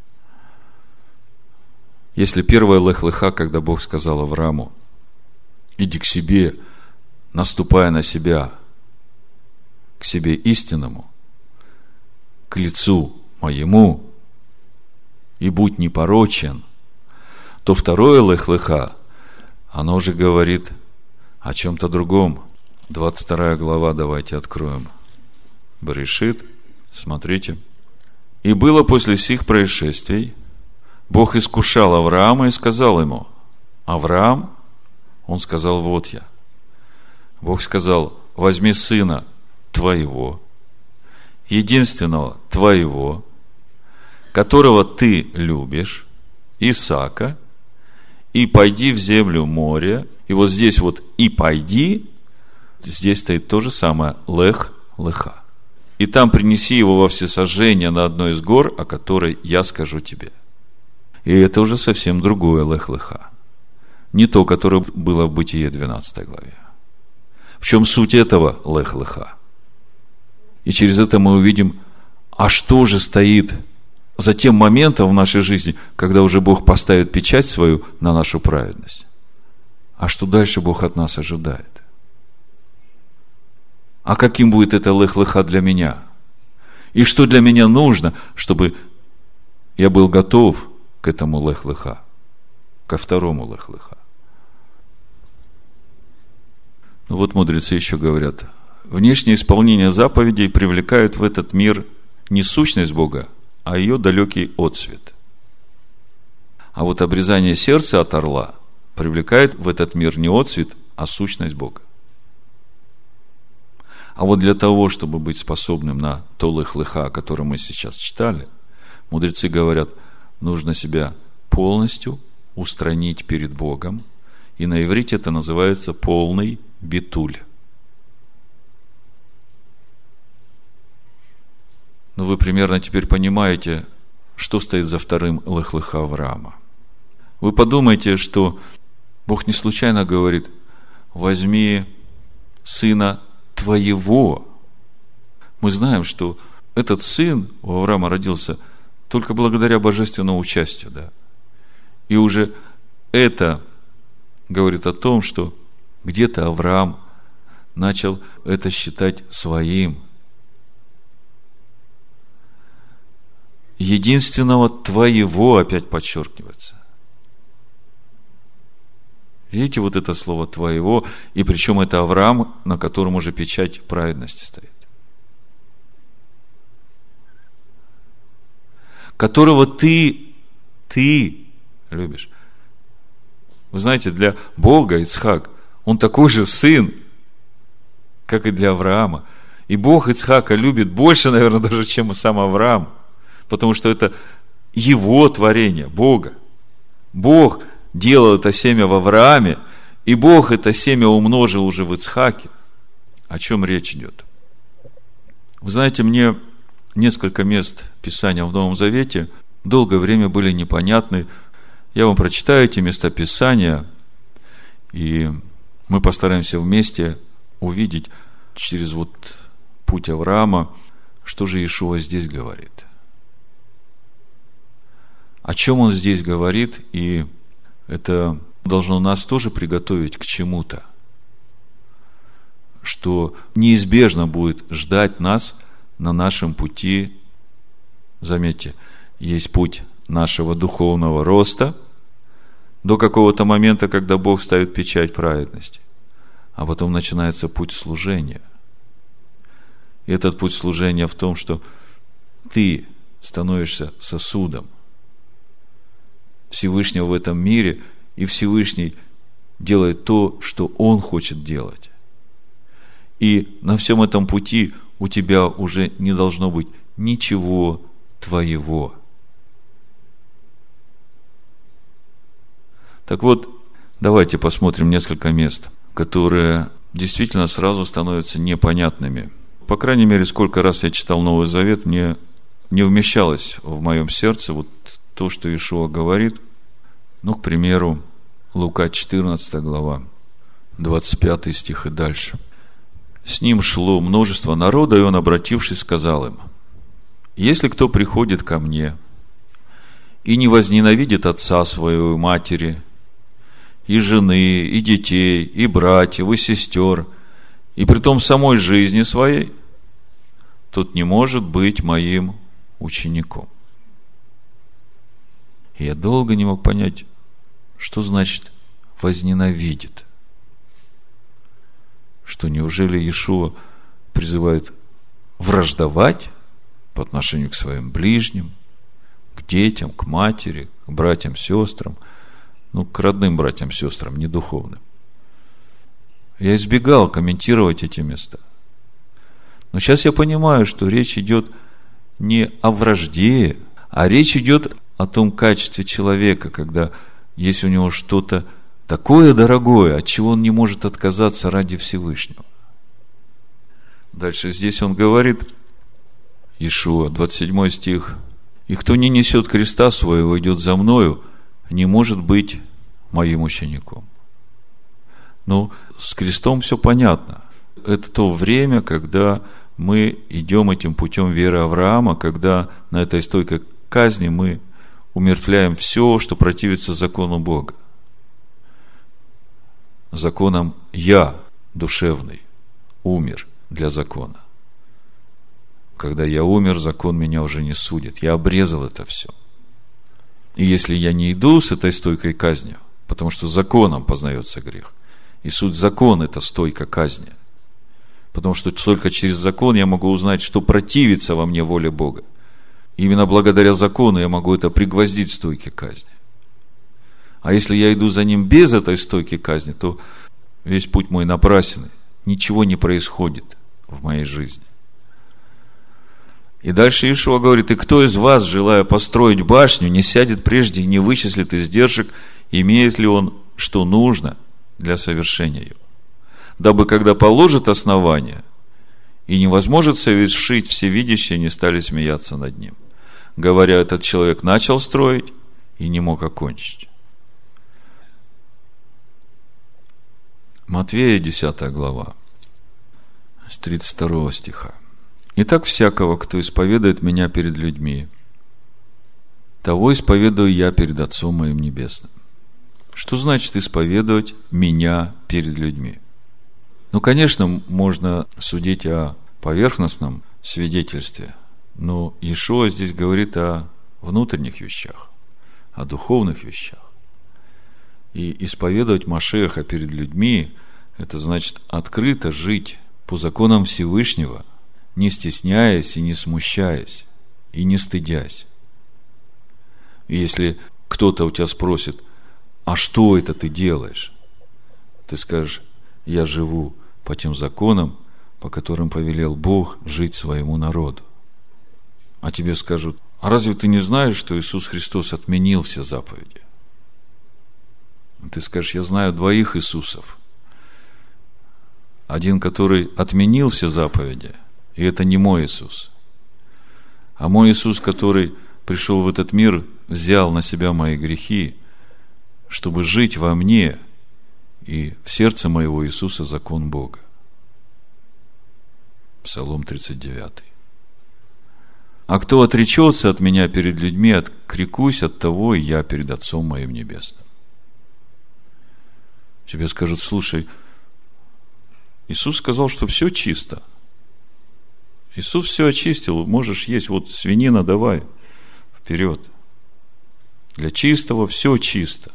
Если первое Лех-Леха, когда Бог сказал Аврааму: иди к себе, наступая на себя, к себе истинному, к лицу моему, и будь непорочен, то второе Лех-Леха, оно уже говорит о чем-то другом. 22 глава, давайте откроем. Берешит, смотрите. «И было после сих происшествий, Бог искушал Авраама и сказал ему: Авраам, он сказал: вот я. Бог сказал: возьми сына твоего, единственного твоего, которого ты любишь, Исаака, и пойди в землю моря». И вот здесь вот «и пойди», здесь стоит то же самое Лех-Леха. «И там принеси его во всесожжение на одной из гор, о которой я скажу тебе». И это уже совсем другое Лех-Леха. Не то, которое было в Бытие 12 главе. В чем суть этого Лех-Леха? И через это мы увидим, а что же стоит за тем моментом в нашей жизни, когда уже Бог поставит печать свою на нашу праведность. А что дальше Бог от нас ожидает? А каким будет это лех-леха для меня? И что для меня нужно, чтобы я был готов к этому лех-леха, ко второму лех-леха? Ну вот мудрецы еще говорят, внешнее исполнение заповедей привлекает в этот мир не сущность Бога, а ее далекий отцвет. А вот обрезание сердца от орла привлекает в этот мир не отцвет, а сущность Бога. А вот для того, чтобы быть способным на то лех-леха, о котором мы сейчас читали, мудрецы говорят, нужно себя полностью устранить перед Богом. И на иврите это называется полный битуль. Ну, вы примерно теперь понимаете, что стоит за вторым лех-леха Авраама. Вы подумайте, что Бог не случайно говорит, возьми сына твоего. Мы знаем, что этот сын у Авраама родился только благодаря божественному участию, да. И уже это говорит о том, что где-то Авраам начал это считать своим. Единственного твоего опять подчеркивается. Видите, вот это слово твоего, и причем это Авраам, на котором уже печать праведности стоит. Которого ты любишь. Вы знаете, для Бога Ицхак, он такой же сын, как и для Авраама. И Бог Ицхака любит больше, наверное, даже, чем сам Авраам. Потому что это его творение, Бога. Бог делал это семя в Аврааме, и Бог это семя умножил уже в Ицхаке. О чем речь идет? Вы знаете, мне несколько мест Писания в Новом Завете долгое время были непонятны. Я вам прочитаю эти места Писания, и мы постараемся вместе увидеть через вот путь Авраама, что же Иешуа здесь говорит. О чем он здесь говорит, и это должно нас тоже приготовить к чему-то, что неизбежно будет ждать нас на нашем пути. Заметьте, есть путь нашего духовного роста до какого-то момента, когда Бог ставит печать праведности, а потом начинается путь служения. И этот путь служения в том, что ты становишься сосудом Всевышнего в этом мире, и Всевышний делает то, что Он хочет делать. И на всем этом пути у тебя уже не должно быть ничего твоего. Так вот, давайте посмотрим несколько мест, которые действительно сразу становятся непонятными. По крайней мере, сколько раз я читал Новый Завет, мне не вмещалось в моем сердце вот то, что Иешуа говорит. Ну, к примеру, Лука 14 глава, 25 стих и дальше. С ним шло множество народа, и он, обратившись, сказал им: если кто приходит ко мне и не возненавидит отца своего и матери, и жены, и детей, и братьев, и сестер, и притом самой жизни своей, тот не может быть моим учеником. И я долго не мог понять, что значит возненавидит. Что неужели Иешуа призывает враждовать по отношению к своим ближним, к детям, к матери, к братьям, сестрам, к родным братьям, сестрам, не духовным. Я избегал комментировать эти места. Но сейчас я понимаю, что речь идет не о вражде, а речь идет о том качестве человека, когда есть у него что-то такое дорогое, от чего он не может отказаться ради Всевышнего. Дальше здесь он говорит, Иешуа, 27 стих: «И кто не несет креста своего, идет за мною, не может быть моим учеником». С крестом все понятно. Это то время, когда мы идем этим путем веры Авраама, когда на этой стойкой казни мы – умертвляем все, что противится закону Бога. 28 законом я, душевный, умер для закона. Когда я умер, закон меня уже не судит. Я обрезал это все. И если я не иду с этой стойкой казнью, потому что законом познается грех, и суть закона – это стойка казни, потому что только через закон я могу узнать, что противится во мне воле Бога. Именно благодаря закону я могу это пригвоздить стойке казни. А если я иду за ним без этой стойки казни, то весь путь мой напрасен, ничего не происходит в моей жизни. И дальше Иешуа говорит: и кто из вас, желая построить башню, не сядет прежде и не вычислит издержек, имеет ли он, что нужно для совершения его, дабы, когда положит основание, и не возможет совершить всевидящие, не стали смеяться над ним. Говоря, этот человек начал строить и не мог окончить. Матвея, 10 глава, с 32 стиха. Итак, всякого, кто исповедует меня перед людьми, того исповедую я перед Отцом моим Небесным. Что значит исповедовать меня перед людьми? Ну, конечно, можно судить о поверхностном свидетельстве, но Иешуа здесь говорит о внутренних вещах, о духовных вещах. И исповедовать Машиаха перед людьми – это значит открыто жить по законам Всевышнего, не стесняясь и не смущаясь, и не стыдясь. И если кто-то у тебя спросит: а что это ты делаешь? Ты скажешь: я живу по тем законам, по которым повелел Бог жить своему народу. А тебе скажут: а разве ты не знаешь, что Иисус Христос отменил все заповеди? Ты скажешь: я знаю двоих Иисусов. Один, который отменил все заповеди, и это не мой Иисус. А мой Иисус, который пришел в этот мир, взял на себя мои грехи, чтобы жить во мне, и в сердце моего Иисуса закон Бога. Псалом 39. А кто отречется от меня перед людьми, открекусь от того и я перед Отцом моим Небесным. Тебе скажут: слушай, Иисус сказал, что все чисто. Иисус все очистил, можешь есть, вот свинина давай, вперед. Для чистого все чисто.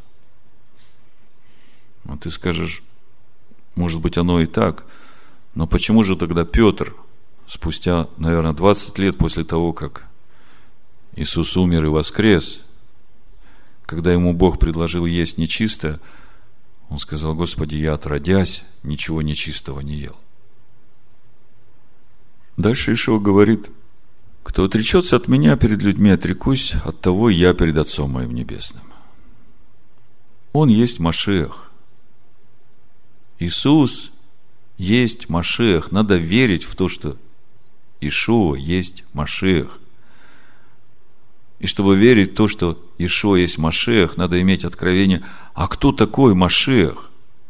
А ты скажешь: может быть, оно и так, но почему же тогда Петр, спустя, наверное, 20 лет после того, как Иисус умер и воскрес, когда ему Бог предложил есть нечистое, он сказал: Господи, я отродясь ничего нечистого не ел. Дальше Иешуа говорит: кто отречется от меня перед людьми, отрекусь от того и я перед Отцом моим Небесным. Он есть Машиах. Иисус есть Машиах. Надо верить в то, что Иешуа есть Машиах. И чтобы верить в то, что Иешуа есть Машиах, надо иметь откровение: а кто такой Машиах?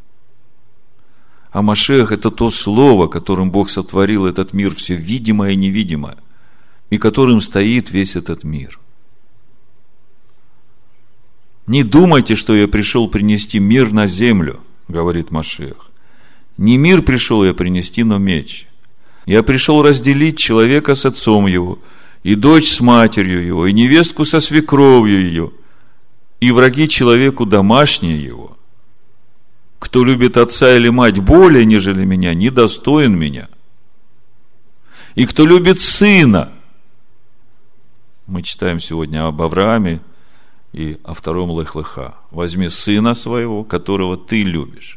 А Машиах – это то слово, которым Бог сотворил этот мир, все видимое и невидимое, и которым стоит весь этот мир. Не думайте, что я пришел принести мир на землю, говорит Машиах. Не мир пришел я принести, но меч. Я пришел разделить человека с отцом его, и дочь с матерью его, и невестку со свекровью ее, и враги человеку домашние его. Кто любит отца или мать более, нежели меня, недостоин меня. И кто любит сына, мы читаем сегодня об Аврааме и о втором Лех-Леха. Возьми сына своего, которого ты любишь.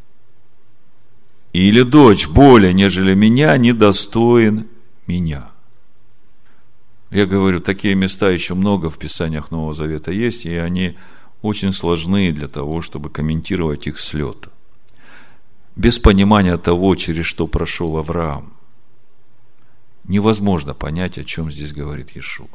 Или дочь более, нежели меня, недостоин меня. Я говорю, такие места еще много в Писаниях Нового Завета есть, и они очень сложны для того, чтобы комментировать их с лету. Без понимания того, через что прошел Авраам, невозможно понять, о чем здесь говорит Иешуа.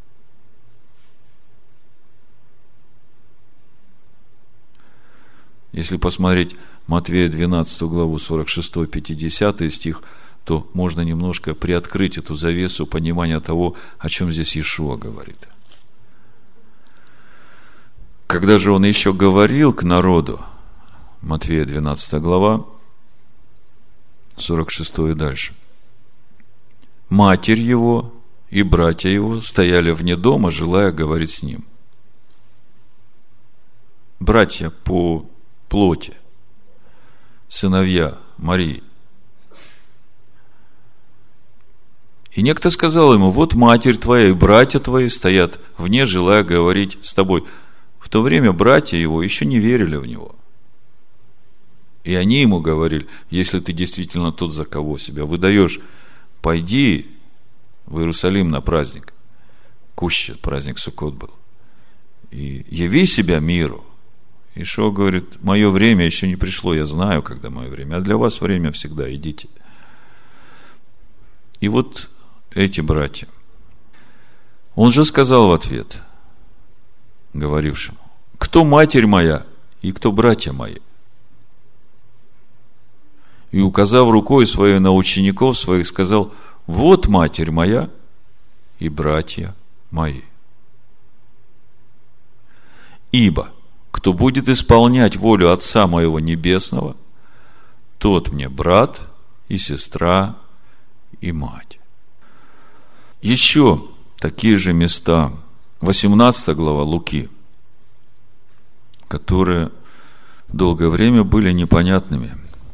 Если посмотреть Матвея 12 главу 46-50 стих, то можно немножко приоткрыть эту завесу понимания того, о чем здесь Иешуа говорит. Когда же он еще говорил к народу, Матфея 12 глава, 46 и дальше. Матерь его и братья его стояли вне дома, желая говорить с ним. Братья по плоти, сыновья Марии. И некто сказал ему: вот матерь твоя и братья твои стоят вне, желая говорить с тобой. В то время братья его еще не верили в него. И они ему говорили: если ты действительно тот, за кого себя выдаешь, пойди в Иерусалим на праздник. Куща, праздник Суккот был. И яви себя миру. Ишуа говорит: мое время еще не пришло, я знаю, когда мое время, а для вас время всегда, идите. И вот эти братья. Он же сказал в ответ говорившему: кто матерь моя и кто братья мои? И, указав рукой своей на учеников своих, сказал: вот матерь моя и братья мои. Ибо кто будет исполнять волю Отца моего Небесного, тот мне брат и сестра и мать. Еще такие же места, 18 глава Луки, которые долгое время были непонятными.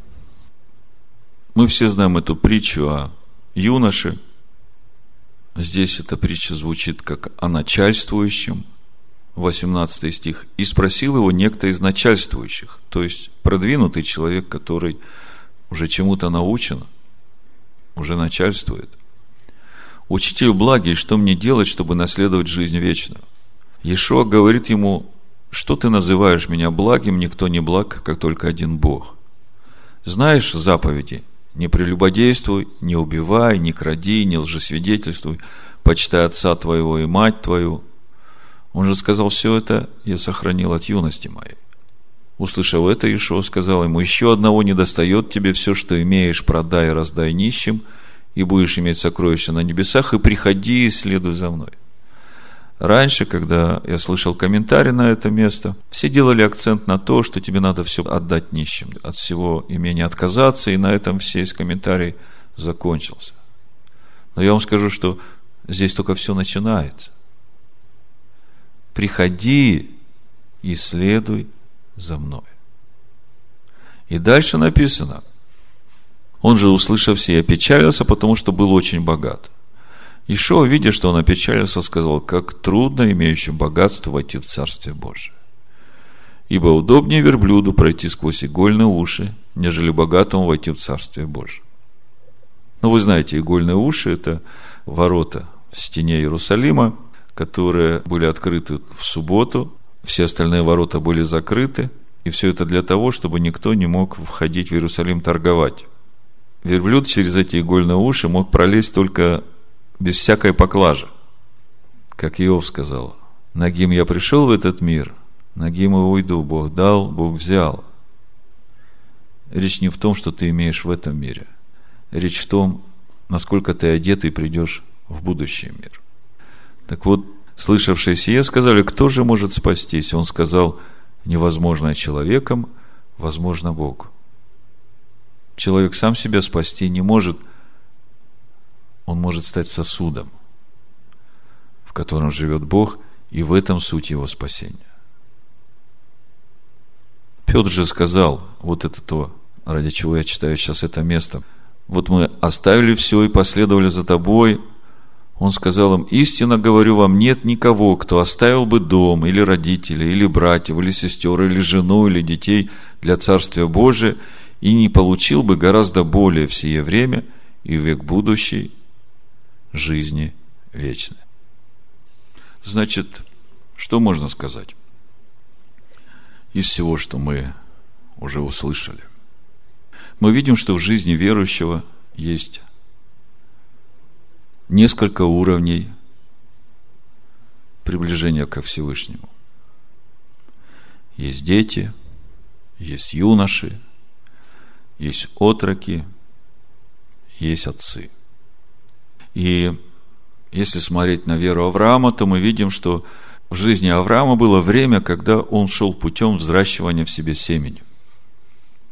Мы все знаем эту притчу о юноше. Здесь эта притча звучит как о начальствующем, 18 стих. И спросил его некто из начальствующих, то есть продвинутый человек, который уже чему-то научен, уже начальствует: учитель благий, что мне делать, чтобы наследовать жизнь вечную? Иешуа говорит ему: что ты называешь меня благим? Никто не благ, как только один Бог. Знаешь заповеди: не прелюбодействуй, не убивай, не кради, не лжесвидетельствуй, почитай отца твоего и мать твою. Он же сказал: все это я сохранил от юности моей. Услышав это, Иешуа сказал ему: еще одного недостает тебе, все, что имеешь, продай и раздай нищим, и будешь иметь сокровища на небесах, и приходи и следуй за мной. Раньше, когда я слышал комментарий на это место, все делали акцент на то, что тебе надо все отдать нищим, от всего имения отказаться, и на этом весь комментарий закончился. Но я вам скажу, что здесь только все начинается. Приходи и следуй за мной. И дальше написано: он же, услышав сие, опечалился, потому что был очень богат. Иешуа, видя, что он опечалился, сказал: как трудно имеющим богатство войти в Царствие Божие. Ибо удобнее верблюду пройти сквозь игольные уши, нежели богатому войти в Царствие Божие. Ну, вы знаете, игольные уши – это ворота в стене Иерусалима, которые были открыты в субботу, все остальные ворота были закрыты, и все это для того, чтобы никто не мог входить в Иерусалим торговать. Верблюд через эти игольные уши мог пролезть только без всякой поклажи. Как Иов сказал: нагим я пришел в этот мир, нагим и уйду, Бог дал, Бог взял. Речь не в том, что ты имеешь в этом мире. Речь в том, насколько ты одет и придешь в будущий мир. Так вот, слышавшие сие сказали: кто же может спастись? Он сказал: невозможное человеком, возможно Богу. Человек сам себя спасти не может. Он может стать сосудом, в котором живет Бог, и в этом суть его спасения. Петр же сказал, вот это то, ради чего я читаю сейчас это место: вот мы оставили все и последовали за тобой. Он сказал им: истинно говорю вам, нет никого, кто оставил бы дом, или родителей, или братьев, или сестер, или жену, или детей для Царствия Божия, и не получил бы гораздо более в сие время и в век будущий жизни вечной. Значит, что можно сказать из всего, что мы уже услышали? Мы видим, что в жизни верующего есть несколько уровней приближения ко Всевышнему. Есть дети, есть юноши, есть отроки, есть отцы. И если смотреть на веру Авраама, то мы видим, что в жизни Авраама было время, когда он шел путем взращивания в себе семени.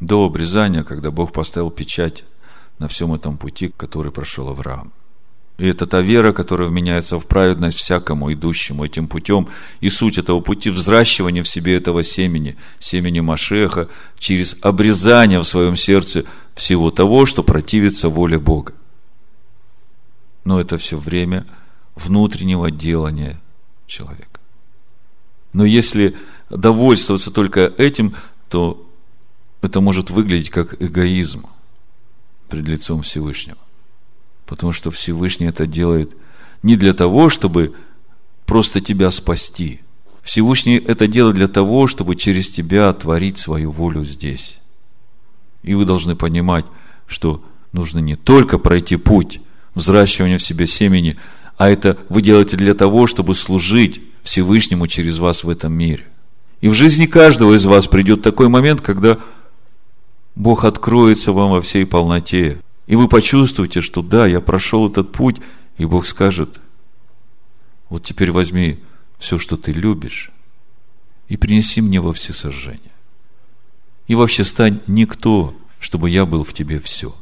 до обрезания, когда Бог поставил печать на всем этом пути, который прошел Авраам. И это та вера, которая вменяется в праведность всякому идущему этим путем. И суть этого пути – взращивание в себе этого семени, семени Машиаха, через обрезание в своем сердце всего того, что противится воле Бога. Но это все время внутреннего делания человека. Но если довольствоваться только этим, то это может выглядеть как эгоизм пред лицом Всевышнего. Потому что Всевышний это делает не для того, чтобы просто тебя спасти. Всевышний это делает для того, чтобы через тебя творить свою волю здесь. И вы должны понимать, что нужно не только пройти путь взращивания в себе семени, а это вы делаете для того, чтобы служить Всевышнему через вас в этом мире. И в жизни каждого из вас придет такой момент, когда Бог откроется вам во всей полноте. И вы почувствуете, что да, я прошел этот путь, и Бог скажет: вот теперь возьми все, что ты любишь, и принеси мне во всесожжение. И вообще стань никто, чтобы я был в тебе все.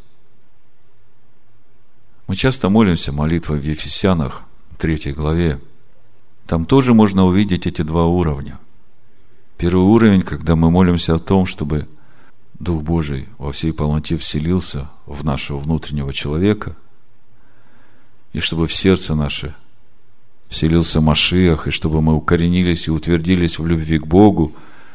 Мы часто молимся молитвой в Ефесянах, 3 главе. Там тоже можно увидеть эти два уровня. Первый уровень, когда мы молимся о том, чтобы Дух Божий во всей полноте вселился в нашего внутреннего человека, и чтобы в сердце наше вселился Машиах, и чтобы мы укоренились и утвердились в любви к Богу,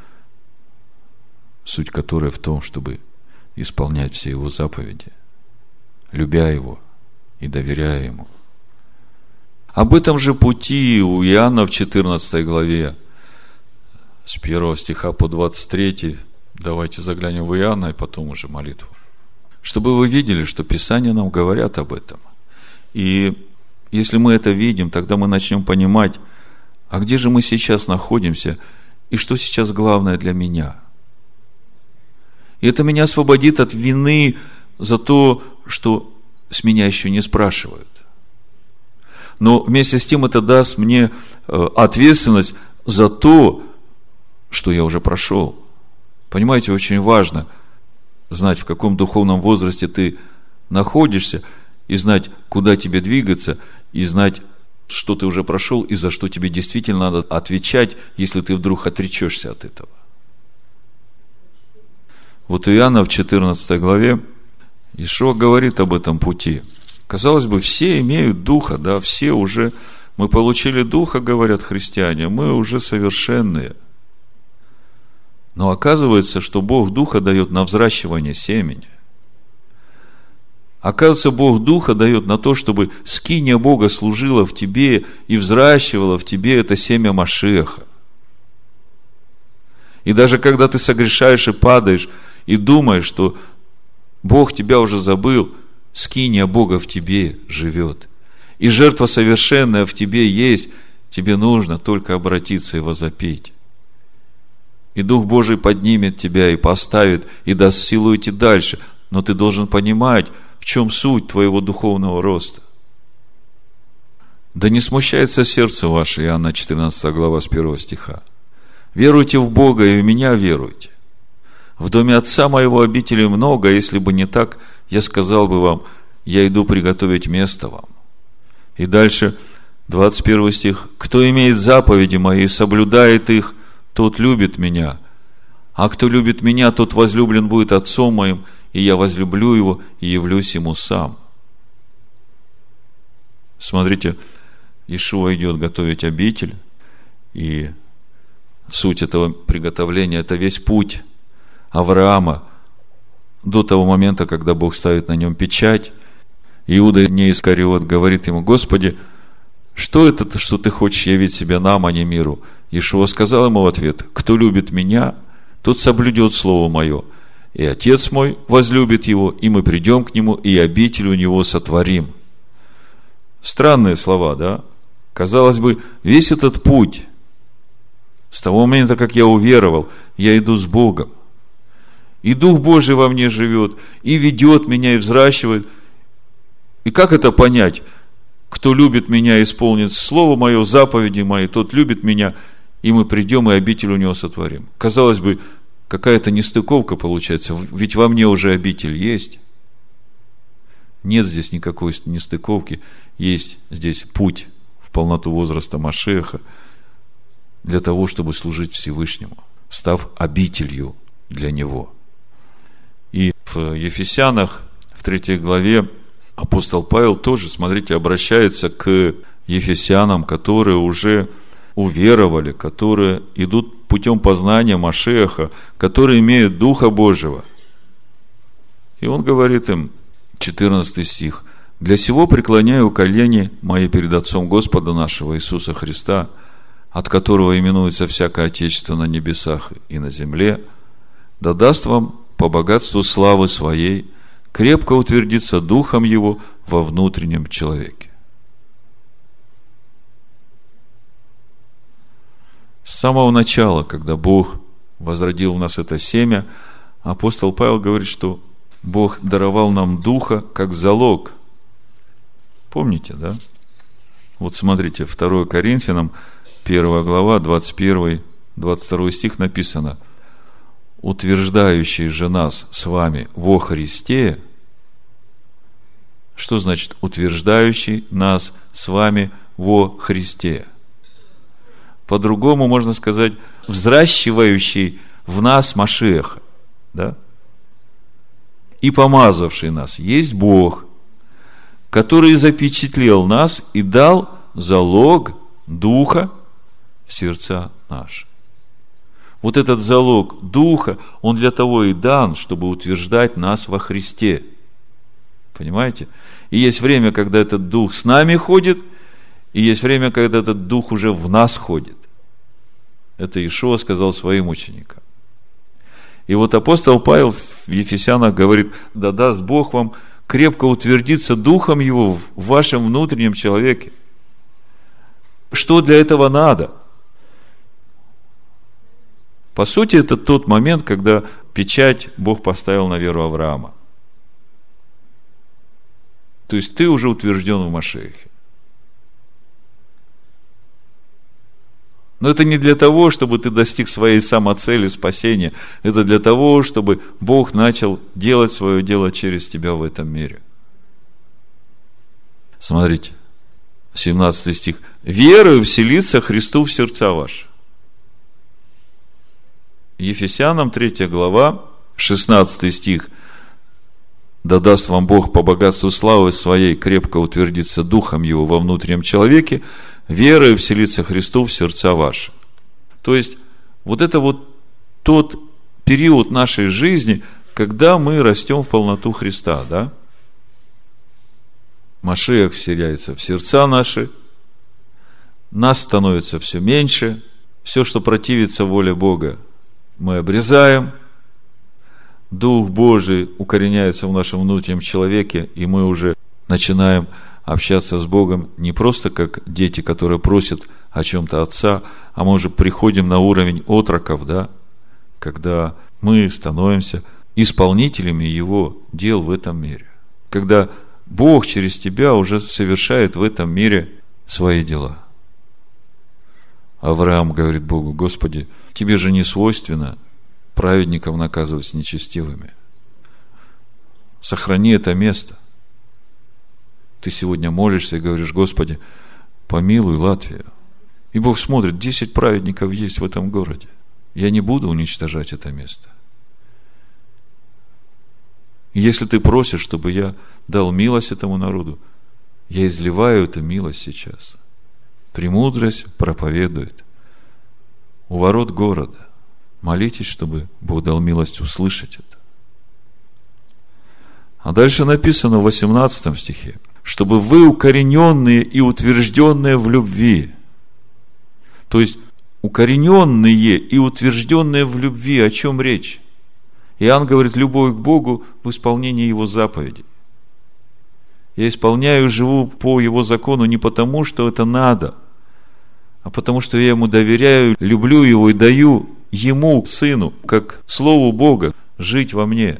суть которой в том, чтобы исполнять все Его заповеди, любя Его и доверяя Ему. Об этом же пути у Иоанна в 14 главе, с 1 стиха по 23. Давайте заглянем в Иоанна и потом уже молитву. Чтобы вы видели, что Писания нам говорят об этом. И если мы это видим, тогда мы начнем понимать, а где же мы сейчас находимся, и что сейчас главное для меня. И это меня освободит от вины за то, что с меня еще не спрашивают. Но вместе с тем это даст мне ответственность за то, что я уже прошел. Понимаете, очень важно знать, в каком духовном возрасте ты находишься, и знать, куда тебе двигаться, и знать, что ты уже прошел, и за что тебе действительно надо отвечать, если ты вдруг отречешься от этого. Вот Иоанна в 14 главе Иешуа говорит об этом пути. Казалось бы, все имеют Духа, да, все уже, мы получили Духа, говорят христиане, мы уже совершенные. Но оказывается, что Бог Духа дает на взращивание семени. Оказывается, Бог Духа дает на то, чтобы скиния Бога служила в тебе и взращивала в тебе это семя Машиаха. И даже когда ты согрешаешь и падаешь, и думаешь, что Бог тебя уже забыл, скиния Бога в тебе живет. И жертва совершенная в тебе есть, тебе нужно только обратиться и возопить. И Дух Божий поднимет тебя и поставит, и даст силу идти дальше. Но ты должен понимать, в чем суть твоего духовного роста. Да не смущается сердце ваше, Иоанна 14 глава с 1 стиха. Веруйте в Бога и в меня веруйте. В доме Отца моего обителей много, если бы не так, я сказал бы вам, я иду приготовить место вам. И дальше 21 стих. Кто имеет заповеди мои и соблюдает их, тот любит меня. А кто любит меня, тот возлюблен будет Отцом моим, и я возлюблю его и явлюсь ему сам. Смотрите, Иешуа идет готовить обитель, и суть этого приготовления – это весь путь Авраама до того момента, когда Бог ставит на нем печать. Иуда не Искариот говорит ему: Господи, что это, что ты хочешь явить себя нам, а не миру? Иешуа сказал ему в ответ: кто любит меня, тот соблюдет слово мое, и Отец мой возлюбит его, и мы придем к нему, и обитель у него сотворим. Странные слова, да? Казалось бы, весь этот путь, с того момента, как я уверовал, я иду с Богом. И Дух Божий во мне живет, и ведет меня, и взращивает. И как это понять? Кто любит меня, исполнит слово мое, заповеди мои, тот любит меня, и мы придем, и обитель у него сотворим. Казалось бы, какая-то нестыковка получается. Ведь во мне уже обитель есть. Нет здесь никакой нестыковки. Есть здесь путь в полноту возраста Машиаха для того, чтобы служить Всевышнему, став обителью для Него. И в Ефесянах, в 3 главе, апостол Павел тоже, смотрите, обращается к ефесянам, которые уже уверовали, которые идут путем познания Машиаха, которые имеют Духа Божьего. И он говорит им, 14 стих: «Для сего преклоняю колени мои перед Отцом Господа нашего Иисуса Христа, от которого именуется всякое отечество на небесах и на земле, да даст вам по богатству славы своей крепко утвердиться Духом Его во внутреннем человеке». С самого начала, когда Бог возродил в нас это семя, апостол Павел говорит, что Бог даровал нам Духа как залог. Помните, да? Вот смотрите, 2 Коринфянам, 1 глава, 21-22 стих написано: «Утверждающий же нас с вами во Христе». Что значит утверждающий нас с вами во Христе? По-другому можно сказать, взращивающий в нас Машиаха, да? И помазавший нас есть Бог, который запечатлел нас и дал залог Духа в сердца наши. Вот этот залог Духа, он для того и дан, чтобы утверждать нас во Христе. Понимаете? И есть время, когда этот Дух с нами ходит, и есть время, когда этот Дух уже в нас ходит. Это Иешуа сказал своим ученикам. И вот апостол Павел в Ефесянах говорит: да даст Бог вам крепко утвердиться Духом Его в вашем внутреннем человеке. Что для этого надо? По сути, это тот момент, когда печать Бог поставил на веру Авраама. То есть ты уже утвержден в Машиахе. Но это не для того, чтобы ты достиг своей самоцели спасения. Это для того, чтобы Бог начал делать свое дело через тебя в этом мире. Смотрите, 17 стих. «Верою вселится Христу в сердца ваши». Ефесянам 3 глава, 16 стих. «Да даст вам Бог по богатству славы своей крепко утвердиться Духом Его во внутреннем человеке, верою вселится Христу в сердца ваши». То есть, вот это вот тот период нашей жизни, когда мы растем в полноту Христа, да? Машиах вселяется в сердца наши, нас становится все меньше, все, что противится воле Бога, мы обрезаем, Дух Божий укореняется в нашем внутреннем человеке, и мы уже начинаем общаться с Богом не просто как дети, которые просят о чем-то Отца, а мы уже приходим на уровень отроков, да, когда мы становимся исполнителями Его дел в этом мире. Когда Бог через тебя уже совершает в этом мире свои дела. Авраам говорит Богу: Господи, Тебе же не свойственно праведников наказывать с нечестивыми. Сохрани это место. Ты сегодня молишься и говоришь: Господи, помилуй Латвию. И Бог смотрит, 10 праведников есть в этом городе. Я не буду уничтожать это место. И если ты просишь, чтобы я дал милость этому народу, я изливаю эту милость сейчас. Премудрость проповедует у ворот города. Молитесь, чтобы Бог дал милость услышать это. А дальше написано в 18 стихе: чтобы вы, укорененные и утвержденные в любви. То есть, укорененные и утвержденные в любви, о чем речь? Иоанн говорит: любовь к Богу в исполнении Его заповедей. Я исполняю и живу по Его закону не потому, что это надо, а потому, что я Ему доверяю, люблю Его и даю Ему, Сыну, как Слову Бога, жить во мне.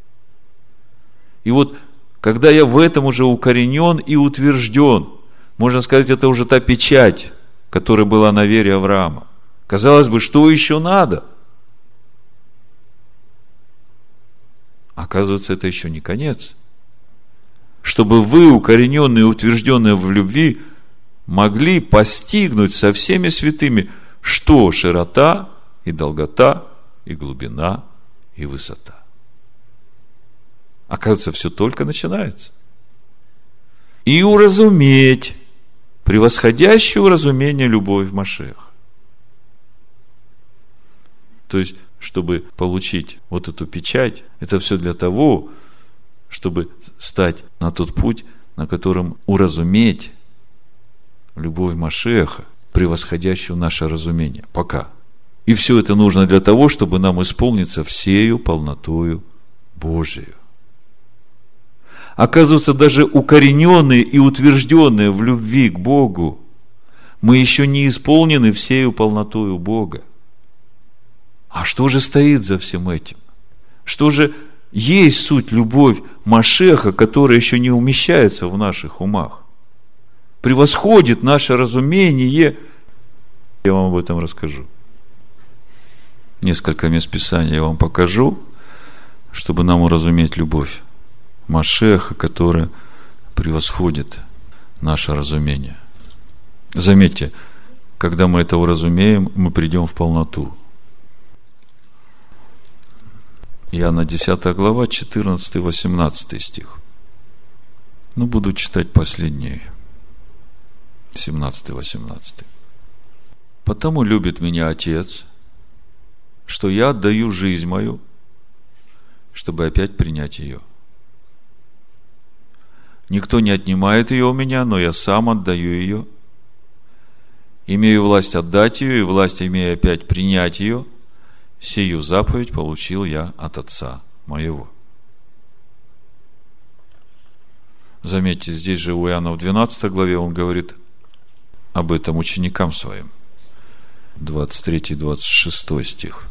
И вот, когда я в этом уже укоренен и утвержден, можно сказать, это уже та печать, которая была на вере Авраама. Казалось бы, что еще надо? Оказывается, это еще не конец. Чтобы вы, укорененные и утвержденные в любви, могли постигнуть со всеми святыми, что широта и долгота, и глубина, и высота. Оказывается, все только начинается. И уразуметь превосходящую разумение любовь Машиаха. То есть, чтобы получить вот эту печать, это все для того, чтобы стать на тот путь, на котором уразуметь любовь Машиаха, превосходящую наше разумение. Пока. И все это нужно для того, чтобы нам исполниться всею полнотою Божию. Оказывается, даже укорененные и утвержденные в любви к Богу, мы еще не исполнены всею полнотою Бога. А что же стоит за всем этим? Что же есть суть любовь Машиаха, которая еще не умещается в наших умах? Превосходит наше разумение. Я вам об этом расскажу. Несколько мест Писания я вам покажу, чтобы нам уразуметь любовь Машиаха, которая превосходит наше разумение. Заметьте, когда мы это уразумеем, мы придем в полноту. Иоанна 10 глава, 14-18 стих. Буду читать последние, 17-18. «Потому любит меня Отец, что я отдаю жизнь мою, чтобы опять принять ее. Никто не отнимает ее у меня, но я сам отдаю ее. Имею власть отдать ее, и власть имею опять принять ее. Сию заповедь получил я от Отца моего». Заметьте, здесь же у Иоанна в 12 главе он говорит об этом ученикам своим. 23-26 стих.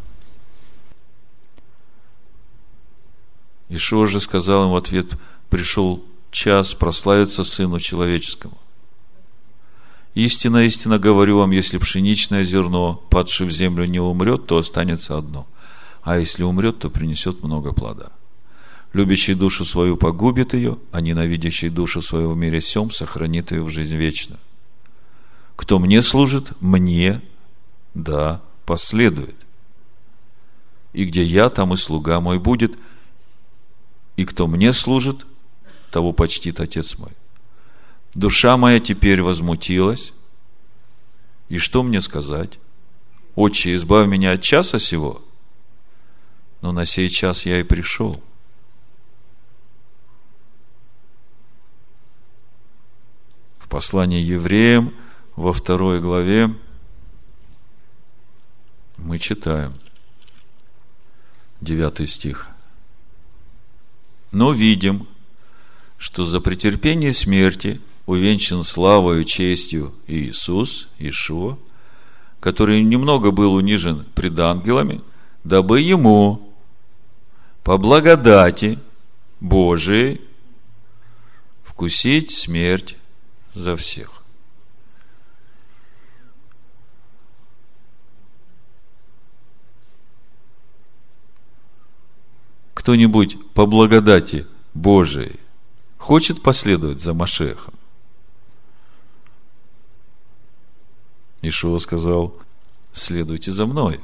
Ишуа же сказал им в ответ: пришел час прославиться Сыну Человеческому. Истинно, истинно говорю вам, если пшеничное зерно, падшее в землю, не умрет, то останется одно, а если умрет, то принесет много плода. Любящий душу свою погубит ее, а ненавидящий душу свою в мире сем сохранит ее в жизнь вечную. Кто мне служит, мне, да, последует. И где я, там и слуга мой будет, и кто мне служит, того почтит Отец мой. Душа моя теперь возмутилась, и что мне сказать? Отче, избавь меня от часа сего, но на сей час я и пришел. В послании Евреям во 2 главе мы читаем 9 стих. Но видим, что за претерпение смерти увенчан славою, честью Иисус, Иешуа, который немного был унижен пред ангелами, дабы ему по благодати Божией вкусить смерть за всех. Кто-нибудь по благодати Божией хочет последовать за Машиахом? Иешуа сказал: следуйте за мной.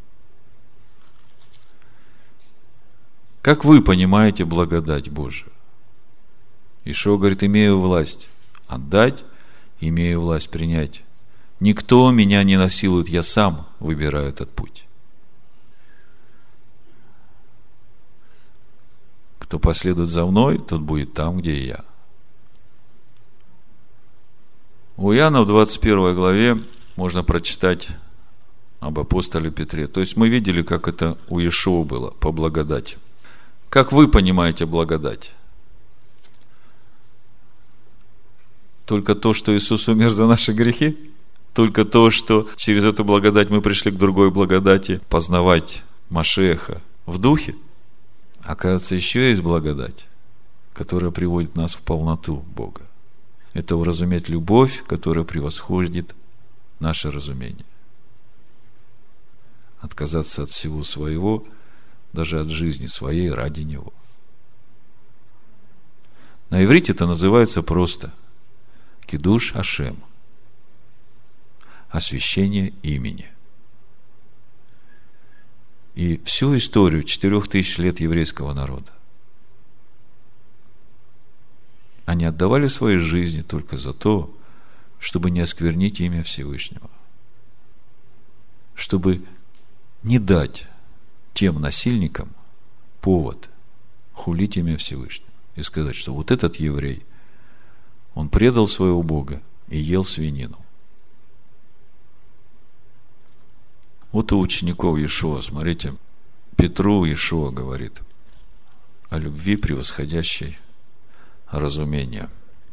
Как вы понимаете благодать Божию? Иешуа говорит: имею власть отдать, имею власть принять. Никто меня не насилует, я сам выбираю этот путь. Кто последует за мной, тот будет там, где и я. У Иоанна в 21 главе можно прочитать об апостоле Петре. То есть мы видели, как это у Иешуа было по благодати. Как вы понимаете благодать? Только то, что Иисус умер за наши грехи? Только то, что через эту благодать мы пришли к другой благодати, познавать Машиаха в духе? Оказывается, еще есть благодать, которая приводит нас в полноту Бога. Это уразуметь любовь, которая превосходит наше разумение. Отказаться от всего своего, даже от жизни своей ради Него. На иврите это называется просто Кидуш Ашем. Освящение имени. И всю историю 4000 лет еврейского народа они отдавали свои жизни только за то, чтобы не осквернить имя Всевышнего. Чтобы не дать тем насильникам повод хулить имя Всевышнего. И сказать, что вот этот еврей, он предал своего Бога и ел свинину. Вот у учеников Иешуа, смотрите, Петру Иешуа говорит о любви, превосходящей разумение.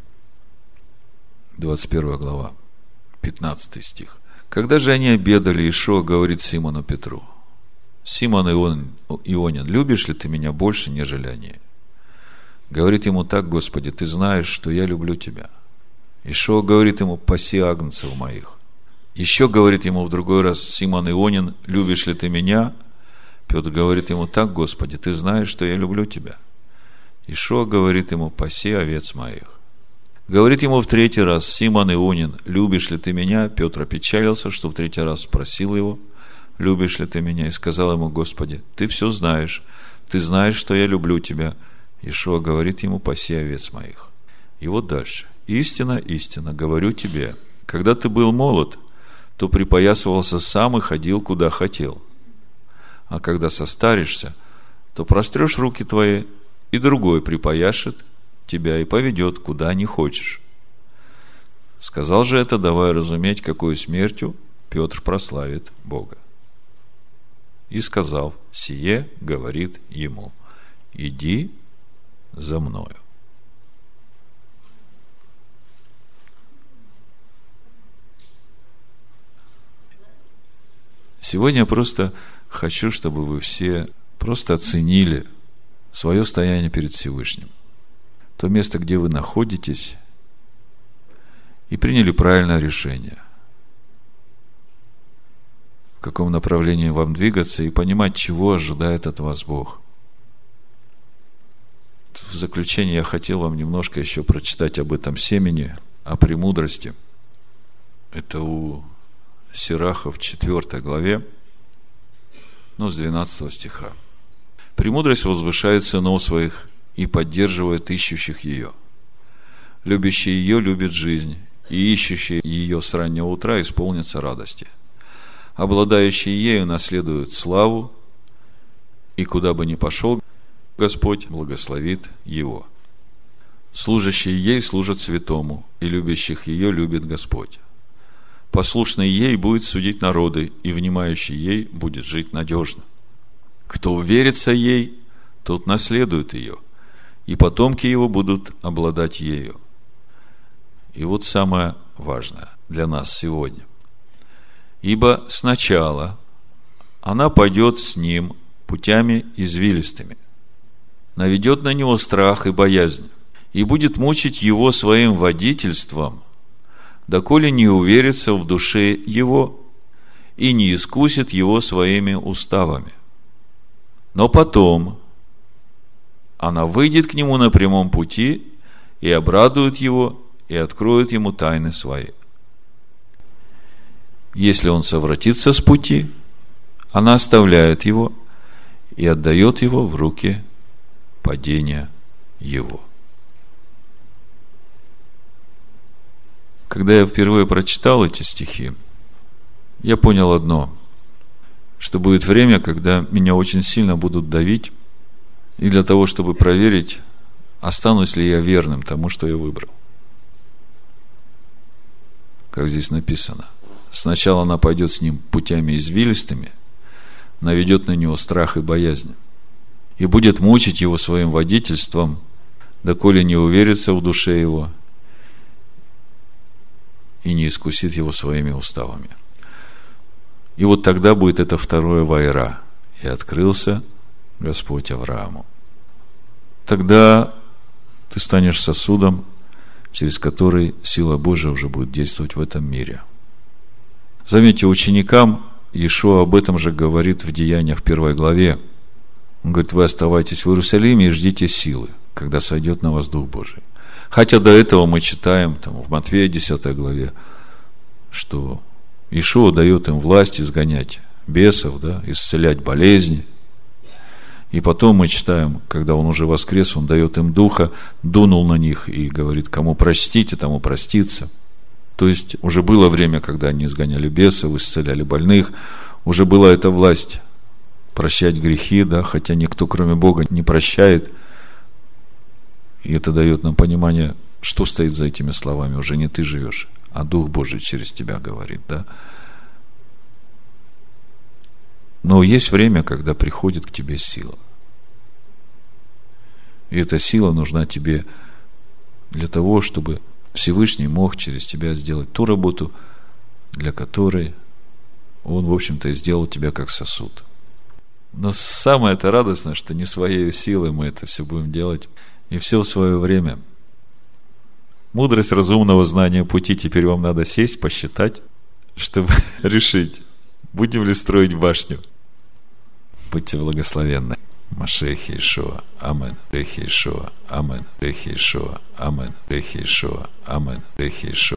21 глава, 15 стих. Когда же они обедали, Иешуа говорит Симону Петру: Симон Ионин, любишь ли ты меня больше, нежели они? Говорит ему: так, Господи, ты знаешь, что я люблю тебя. Иешуа говорит ему: паси агнцев моих. Еще говорит ему в другой раз: Симон Ионин, любишь ли ты меня? Петр говорит ему: так, Господи, ты знаешь, что я люблю тебя. Иешуа говорит ему: паси овец моих. Говорит ему в третий раз: Симон Ионин, любишь ли ты меня? Петр опечалился, что в третий раз спросил его: любишь ли ты меня? И сказал ему: Господи, ты все знаешь, ты знаешь, что я люблю тебя. Иешуа говорит ему: паси овец моих. И вот дальше. Истинно, истинно, говорю тебе, когда ты был молод, то припоясывался сам и ходил, куда хотел. А когда состаришься, то прострешь руки твои, и другой припояшет тебя и поведет, куда не хочешь. Сказал же это, давая разуметь, какой смертью Петр прославит Бога. И сказал: сие говорит ему: иди за мною. Сегодня я просто хочу, чтобы вы все просто оценили свое стояние перед Всевышним. То место, где вы находитесь, и приняли правильное решение. В каком направлении вам двигаться и понимать, чего ожидает от вас Бог. В заключение я хотел вам немножко еще прочитать об этом семени, о премудрости. Это у Сираха в 4 главе, с 12 стиха. «Премудрость возвышает сынов своих и поддерживает ищущих ее. Любящий ее любит жизнь, и ищущий ее с раннего утра исполнится радости. Обладающий ею наследует славу, и куда бы ни пошел, Господь благословит его. Служащие ей служат святому, и любящих ее любит Господь. Послушный ей будет судить народы, и внимающий ей будет жить надежно. Кто верится ей, тот наследует ее, и потомки его будут обладать ею». И вот самое важное для нас сегодня. «Ибо сначала она пойдет с ним путями извилистыми, наведет на него страх и боязнь, и будет мучить его своим водительством, доколе не уверится в душе его и не искусит его своими уставами. Но потом она выйдет к нему на прямом пути и обрадует его и откроет ему тайны свои. Если он совратится с пути, она оставляет его и отдает его в руки падения его». Когда я впервые прочитал эти стихи, я понял одно, что будет время, когда меня очень сильно будут давить, и для того, чтобы проверить, останусь ли я верным тому, что я выбрал. Как здесь написано: сначала она пойдет с ним путями извилистыми, наведет на него страх и боязнь, и будет мучить его своим водительством, доколе не уверится в душе его и не искусит его своими уставами. И вот тогда будет это второе вайра. «И открылся Господь Аврааму». Тогда ты станешь сосудом, через который сила Божия уже будет действовать в этом мире. Заметьте, ученикам Иешуа об этом же говорит в Деяниях 1 главе. Он говорит: вы оставайтесь в Иерусалиме и ждите силы. когда сойдет на вас Дух Божий. Хотя до этого мы читаем там, в Матфея 10 главе, что Иешуа дает им власть изгонять бесов, да, исцелять болезни. И потом мы читаем, когда Он уже воскрес, Он дает им Духа, дунул на них и говорит, кому простите, тому простится. То есть уже было время, когда они изгоняли бесов, исцеляли больных, уже была эта власть прощать грехи, да, хотя никто, кроме Бога, не прощает. И это дает нам понимание, что стоит за этими словами. Уже не ты живешь, а Дух Божий через тебя говорит, да. Но есть время, когда приходит к тебе сила. И эта сила нужна тебе для того, чтобы Всевышний мог через тебя сделать ту работу, для которой Он, в общем-то, и сделал тебя как сосуд. Но самое это радостное, что не своей силой мы это все будем делать, и все в свое время. Мудрость разумного знания пути теперь вам надо сесть, посчитать, чтобы решить, будем ли строить башню. Будьте благословенны. Машех Иешуа. Амен. Машех Иешуа. Амен. Машех Иешуа. Амен. Машех Иешуа. Амен. Машех Иешуа.